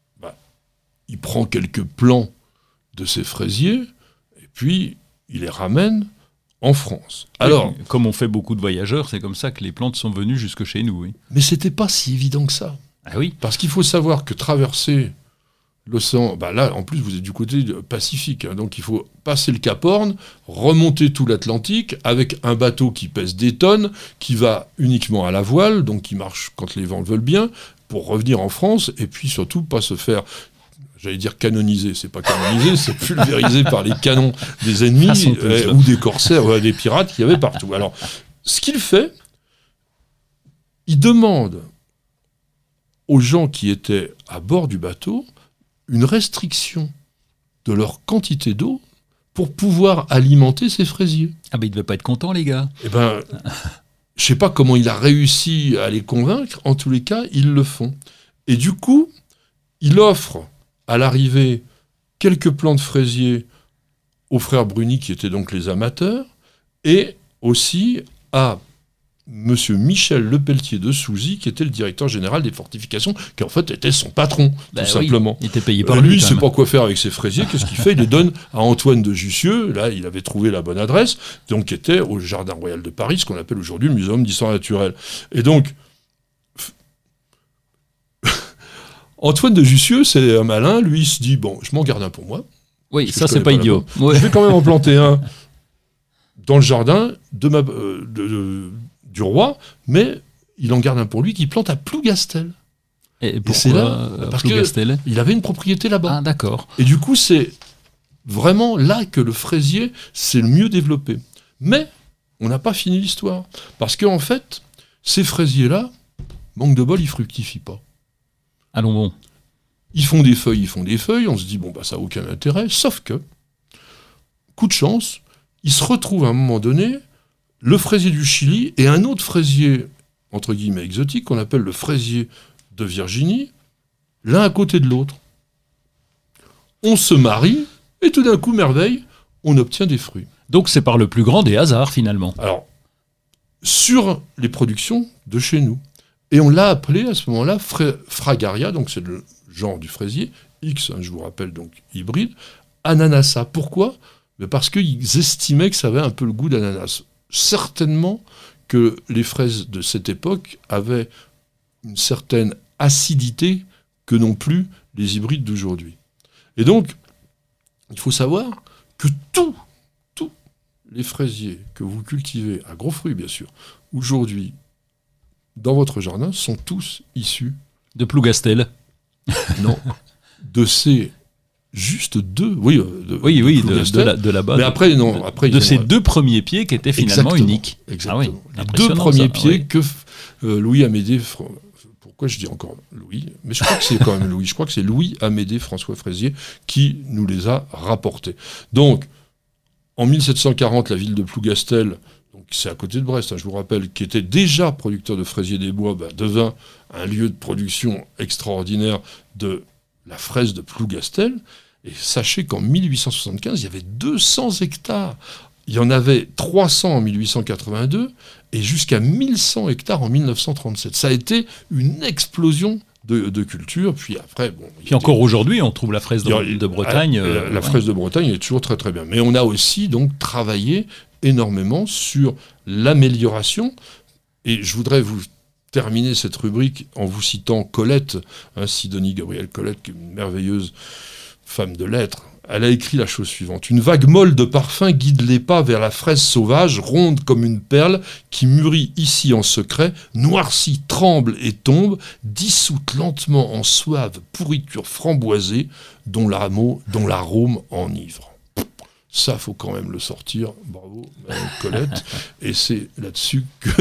C: Il prend quelques plants de ces fraisiers, et puis il les ramène en France. Alors,
D: comme on fait beaucoup de voyageurs, c'est comme ça que les plantes sont venues jusque chez nous. Oui.
C: Mais c'était pas si évident que ça.
D: Ah oui.
C: Parce qu'il faut savoir que traverser l'océan, là, en plus, vous êtes du côté Pacifique, hein, donc il faut passer le Cap Horn, remonter tout l'Atlantique avec un bateau qui pèse des tonnes, qui va uniquement à la voile, donc qui marche quand les vents le veulent bien, pour revenir en France, et puis surtout pas se faire, j'allais dire canoniser, c'est pas canoniser, c'est pulvérisé par les canons des ennemis, ou des corsaires, des pirates qu'il y avait partout. Alors, ce qu'il fait, il demande aux gens qui étaient à bord du bateau une restriction de leur quantité d'eau pour pouvoir alimenter ses fraisiers.
D: Ah ben, ils ne devaient pas être contents, les gars.
C: Eh ben, je sais pas comment il a réussi à les convaincre, en tous les cas, ils le font. Et du coup, il offre à l'arrivée quelques plants de fraisiers aux frères Bruni, qui étaient donc les amateurs, et aussi à Monsieur Michel Lepelletier de Souzy, qui était le directeur général des fortifications, qui en fait était son patron, tout simplement.
D: Il était payé par
C: lui. Il ne sait pas quoi faire avec ses fraisiers. Qu'est-ce qu'il fait? Il les donne à Antoine de Jussieu. Là, il avait trouvé la bonne adresse, donc qui était au Jardin Royal de Paris, ce qu'on appelle aujourd'hui le Muséum d'Histoire Naturelle. Et donc, Antoine de Jussieu, c'est un malin. Lui, il se dit, bon, je m'en garde un pour moi.
D: Oui, ça, c'est pas idiot.
C: Ouais. Je vais quand même en planter un dans le jardin du roi, mais il en garde un pour lui qu'il plante à Plougastel.
D: Et c'est là
C: parce qu'il avait une propriété là-bas.
D: Ah, d'accord.
C: Et du coup, c'est vraiment là que le fraisier s'est le mieux développé. Mais on n'a pas fini l'histoire. Parce qu'en fait, ces fraisiers-là, manque de bol, ils fructifient pas.
D: Allons bon.
C: Ils font des feuilles, on se dit, bon, ça n'a aucun intérêt, sauf que, coup de chance, il se retrouve à un moment donné, le fraisier du Chili et un autre fraisier, entre guillemets, exotique, qu'on appelle le fraisier de Virginie, l'un à côté de l'autre. On se marie, et tout d'un coup, merveille, on obtient des fruits.
D: Donc c'est par le plus grand des hasards, finalement.
C: Alors, sur les productions de chez nous. Et on l'a appelé, à ce moment-là, Fragaria, donc c'est le genre du fraisier, X, je vous rappelle, donc hybride, Ananassa. Pourquoi ? Parce qu'ils estimaient que ça avait un peu le goût d'ananas. Certainement que les fraises de cette époque avaient une certaine acidité que n'ont plus les hybrides d'aujourd'hui. Et donc, il faut savoir que tous les fraisiers que vous cultivez, à gros fruits bien sûr, aujourd'hui, dans votre jardin, sont tous issus...
D: De Plougastel.
C: Non, de ces... Juste deux,
D: de la base.
C: Mais après, non. Après,
D: de ces deux premiers pieds qui étaient finalement uniques.
C: Exactement. Ah oui, les deux premiers pieds que Louis-Amédée... Pourquoi je dis encore Louis ? Mais je crois que c'est quand même Louis. Je crois que c'est Louis-Amédée François Fraisier qui nous les a rapportés. Donc, en 1740, la ville de Plougastel, donc c'est à côté de Brest, je vous rappelle, qui était déjà producteur de fraisier des bois, devint un lieu de production extraordinaire de la fraise de Plougastel. Et sachez qu'en 1875, il y avait 200 hectares. Il y en avait 300 en 1882 et jusqu'à 1100 hectares en 1937. Ça a été une explosion de culture. Puis après,
D: puis encore aujourd'hui, on trouve la fraise de Bretagne.
C: La fraise de Bretagne est toujours très très bien. Mais on a aussi donc travaillé énormément sur l'amélioration. Et je voudrais vous terminer cette rubrique en vous citant Colette, Sidonie Gabrielle Colette, qui est une merveilleuse femme de lettres. Elle a écrit la chose suivante. « Une vague molle de parfum guide les pas vers la fraise sauvage, ronde comme une perle, qui mûrit ici en secret, noircit, tremble et tombe, dissoute lentement en suave pourriture framboisée, dont l'arôme enivre. » Ça, faut quand même le sortir. Bravo, Colette. Et c'est là-dessus que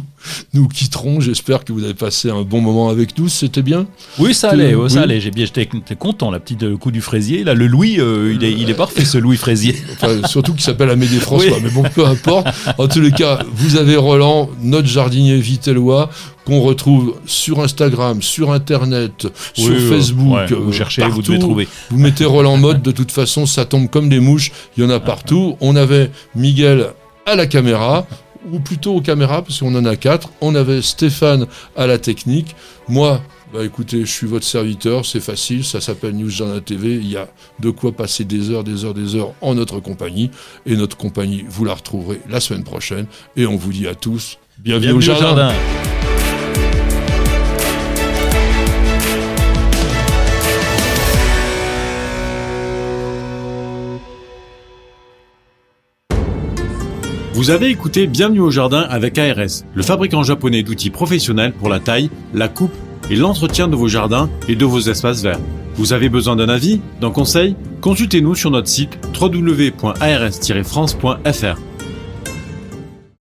C: nous quitterons. J'espère que vous avez passé un bon moment avec nous. C'était bien ?
D: Oui, ça allait. Ça allait. J'étais content. La petite coup du fraisier. Là, le Louis, il est parfait, ce Louis Fraisier.
C: Enfin, surtout qu'il s'appelle Amédée François. Oui. Mais bon, peu importe. En tous les cas, vous avez Roland, notre jardinier vitellois, qu'on retrouve sur Instagram, sur Internet, sur Facebook.
D: Vous cherchez,
C: partout.
D: Vous devez trouver.
C: Vous mettez Roland Mode, de toute façon, ça tombe comme des mouches. Il y en a partout. On avait Miguel à la caméra, ou plutôt aux caméras, parce qu'on en a 4. On avait Stéphane à la technique. Moi, écoutez, je suis votre serviteur, c'est facile, ça s'appelle News Jardin TV. Il y a de quoi passer des heures en notre compagnie. Et notre compagnie, vous la retrouverez la semaine prochaine. Et on vous dit à tous, bienvenue au jardin.
A: Vous avez écouté Bienvenue au jardin avec ARS, le fabricant japonais d'outils professionnels pour la taille, la coupe et l'entretien de vos jardins et de vos espaces verts. Vous avez besoin d'un avis, d'un conseil? Consultez-nous sur notre site www.ars-france.fr.